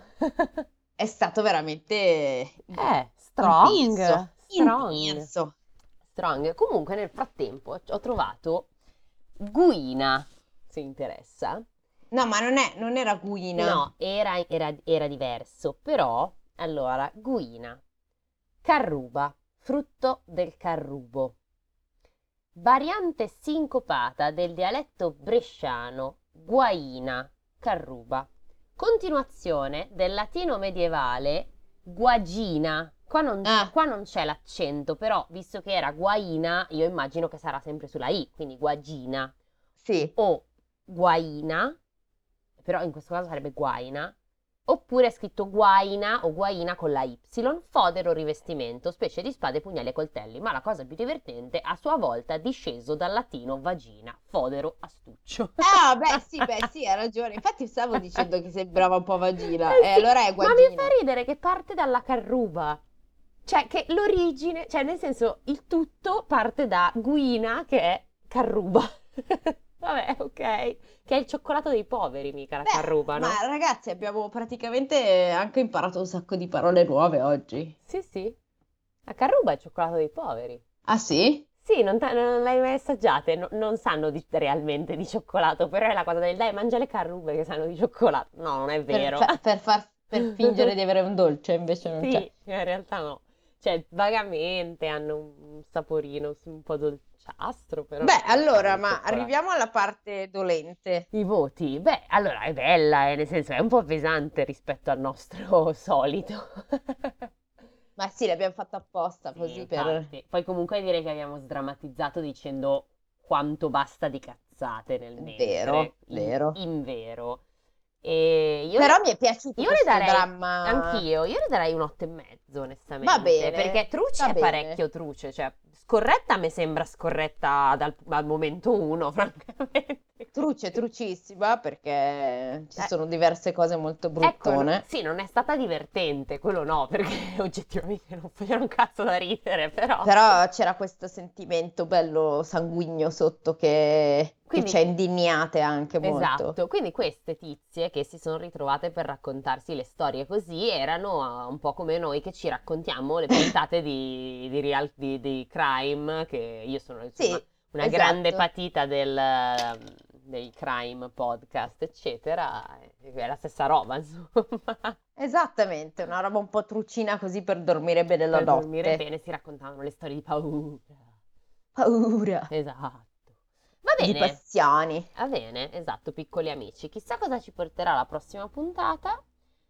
È stato veramente Strong. intenso. Strong. Comunque nel frattempo ho trovato Guina, se interessa. No, ma non era Guina. No, era diverso, però, allora, Guina, carruba, frutto del carrubo. Variante sincopata del dialetto bresciano, guaina, carruba. Continuazione del latino medievale, guagina. Qua non c'è l'accento, però, visto che era guaina, io immagino che sarà sempre sulla I, quindi guagina. Sì. O guaina, però in questo caso sarebbe guaina, oppure è scritto guaina o guaina con la Y, fodero rivestimento, specie di spade, pugnali e coltelli, ma la cosa più divertente, a sua volta disceso dal latino vagina, fodero, astuccio. Beh sì, hai ragione, infatti stavo dicendo che sembrava un po' vagina, Sì, allora è guagina. Ma mi fa ridere che parte dalla carruba, cioè che l'origine, cioè nel senso il tutto parte da guina che è carruba. Vabbè, ok. Che è il cioccolato dei poveri, mica la carruba, no? Ma ragazzi, abbiamo praticamente anche imparato un sacco di parole nuove oggi. Sì. La carruba è il cioccolato dei poveri. Ah sì? Sì, non l'hai mai assaggiate? Non sanno realmente di cioccolato, però è la cosa del dai, mangia le carrube che sanno di cioccolato. No, non è vero. Per fingere di avere un dolce, invece non c'è. Sì, in realtà no. Cioè, vagamente hanno un saporino un po' dolciastro, però. Beh, allora, di ma cioccolato. arriviamo alla parte dolente. I voti? Beh, allora è bella, nel senso è un po' pesante rispetto al nostro solito. Ma sì, l'abbiamo fatto apposta Sì, così infatti. Poi comunque direi che abbiamo sdrammatizzato dicendo quanto basta di cazzate nel mentre. Vero. In vero. E io Però mi è piaciuto io le questo darei, dramma. anch'io, io le darei un 8,5, onestamente. Va bene, Perché truce va è bene. parecchio truce, cioè scorretta mi sembra scorretta dal momento 1, francamente. Trucissima perché ci sono diverse cose molto bruttone. Ecco, sì, non è stata divertente, quello no, perché oggettivamente non faceva un cazzo da ridere, però. Però c'era questo sentimento bello sanguigno sotto che Quindi- ci ha indignate anche molto. Esatto, quindi queste tizie che si sono ritrovate per raccontarsi le storie così erano un po' come noi che ci raccontiamo le puntate di crime, che io sono insomma Sì, una esatto. grande patita dei crime podcast, eccetera, è la stessa roba, insomma. Esattamente, una roba un po' trucina così per dormire bene la Per notte. dormire bene si raccontavano le storie di paura. Paura Esatto. Va di bene. passioni. Va bene, esatto, piccoli amici. Chissà cosa ci porterà la prossima puntata.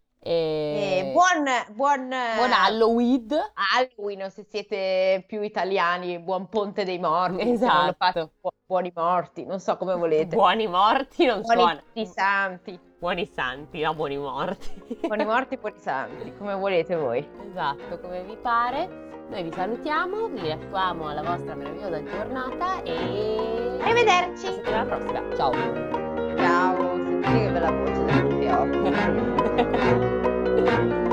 Buon Halloween. Halloween, se siete più italiani, buon Ponte dei Morti, se non lo fate, Esatto. buoni morti, non so come volete. Buoni morti non Buoni suona. tutti santi, Buoni santi, no, buoni morti. buoni morti, buoni santi, come volete voi. Esatto, come vi pare. Noi vi salutiamo, vi lasciamo alla vostra meravigliosa giornata e alla Arrivederci. settimana prossima. Ciao. Ciao, sentite che bella voce del PO.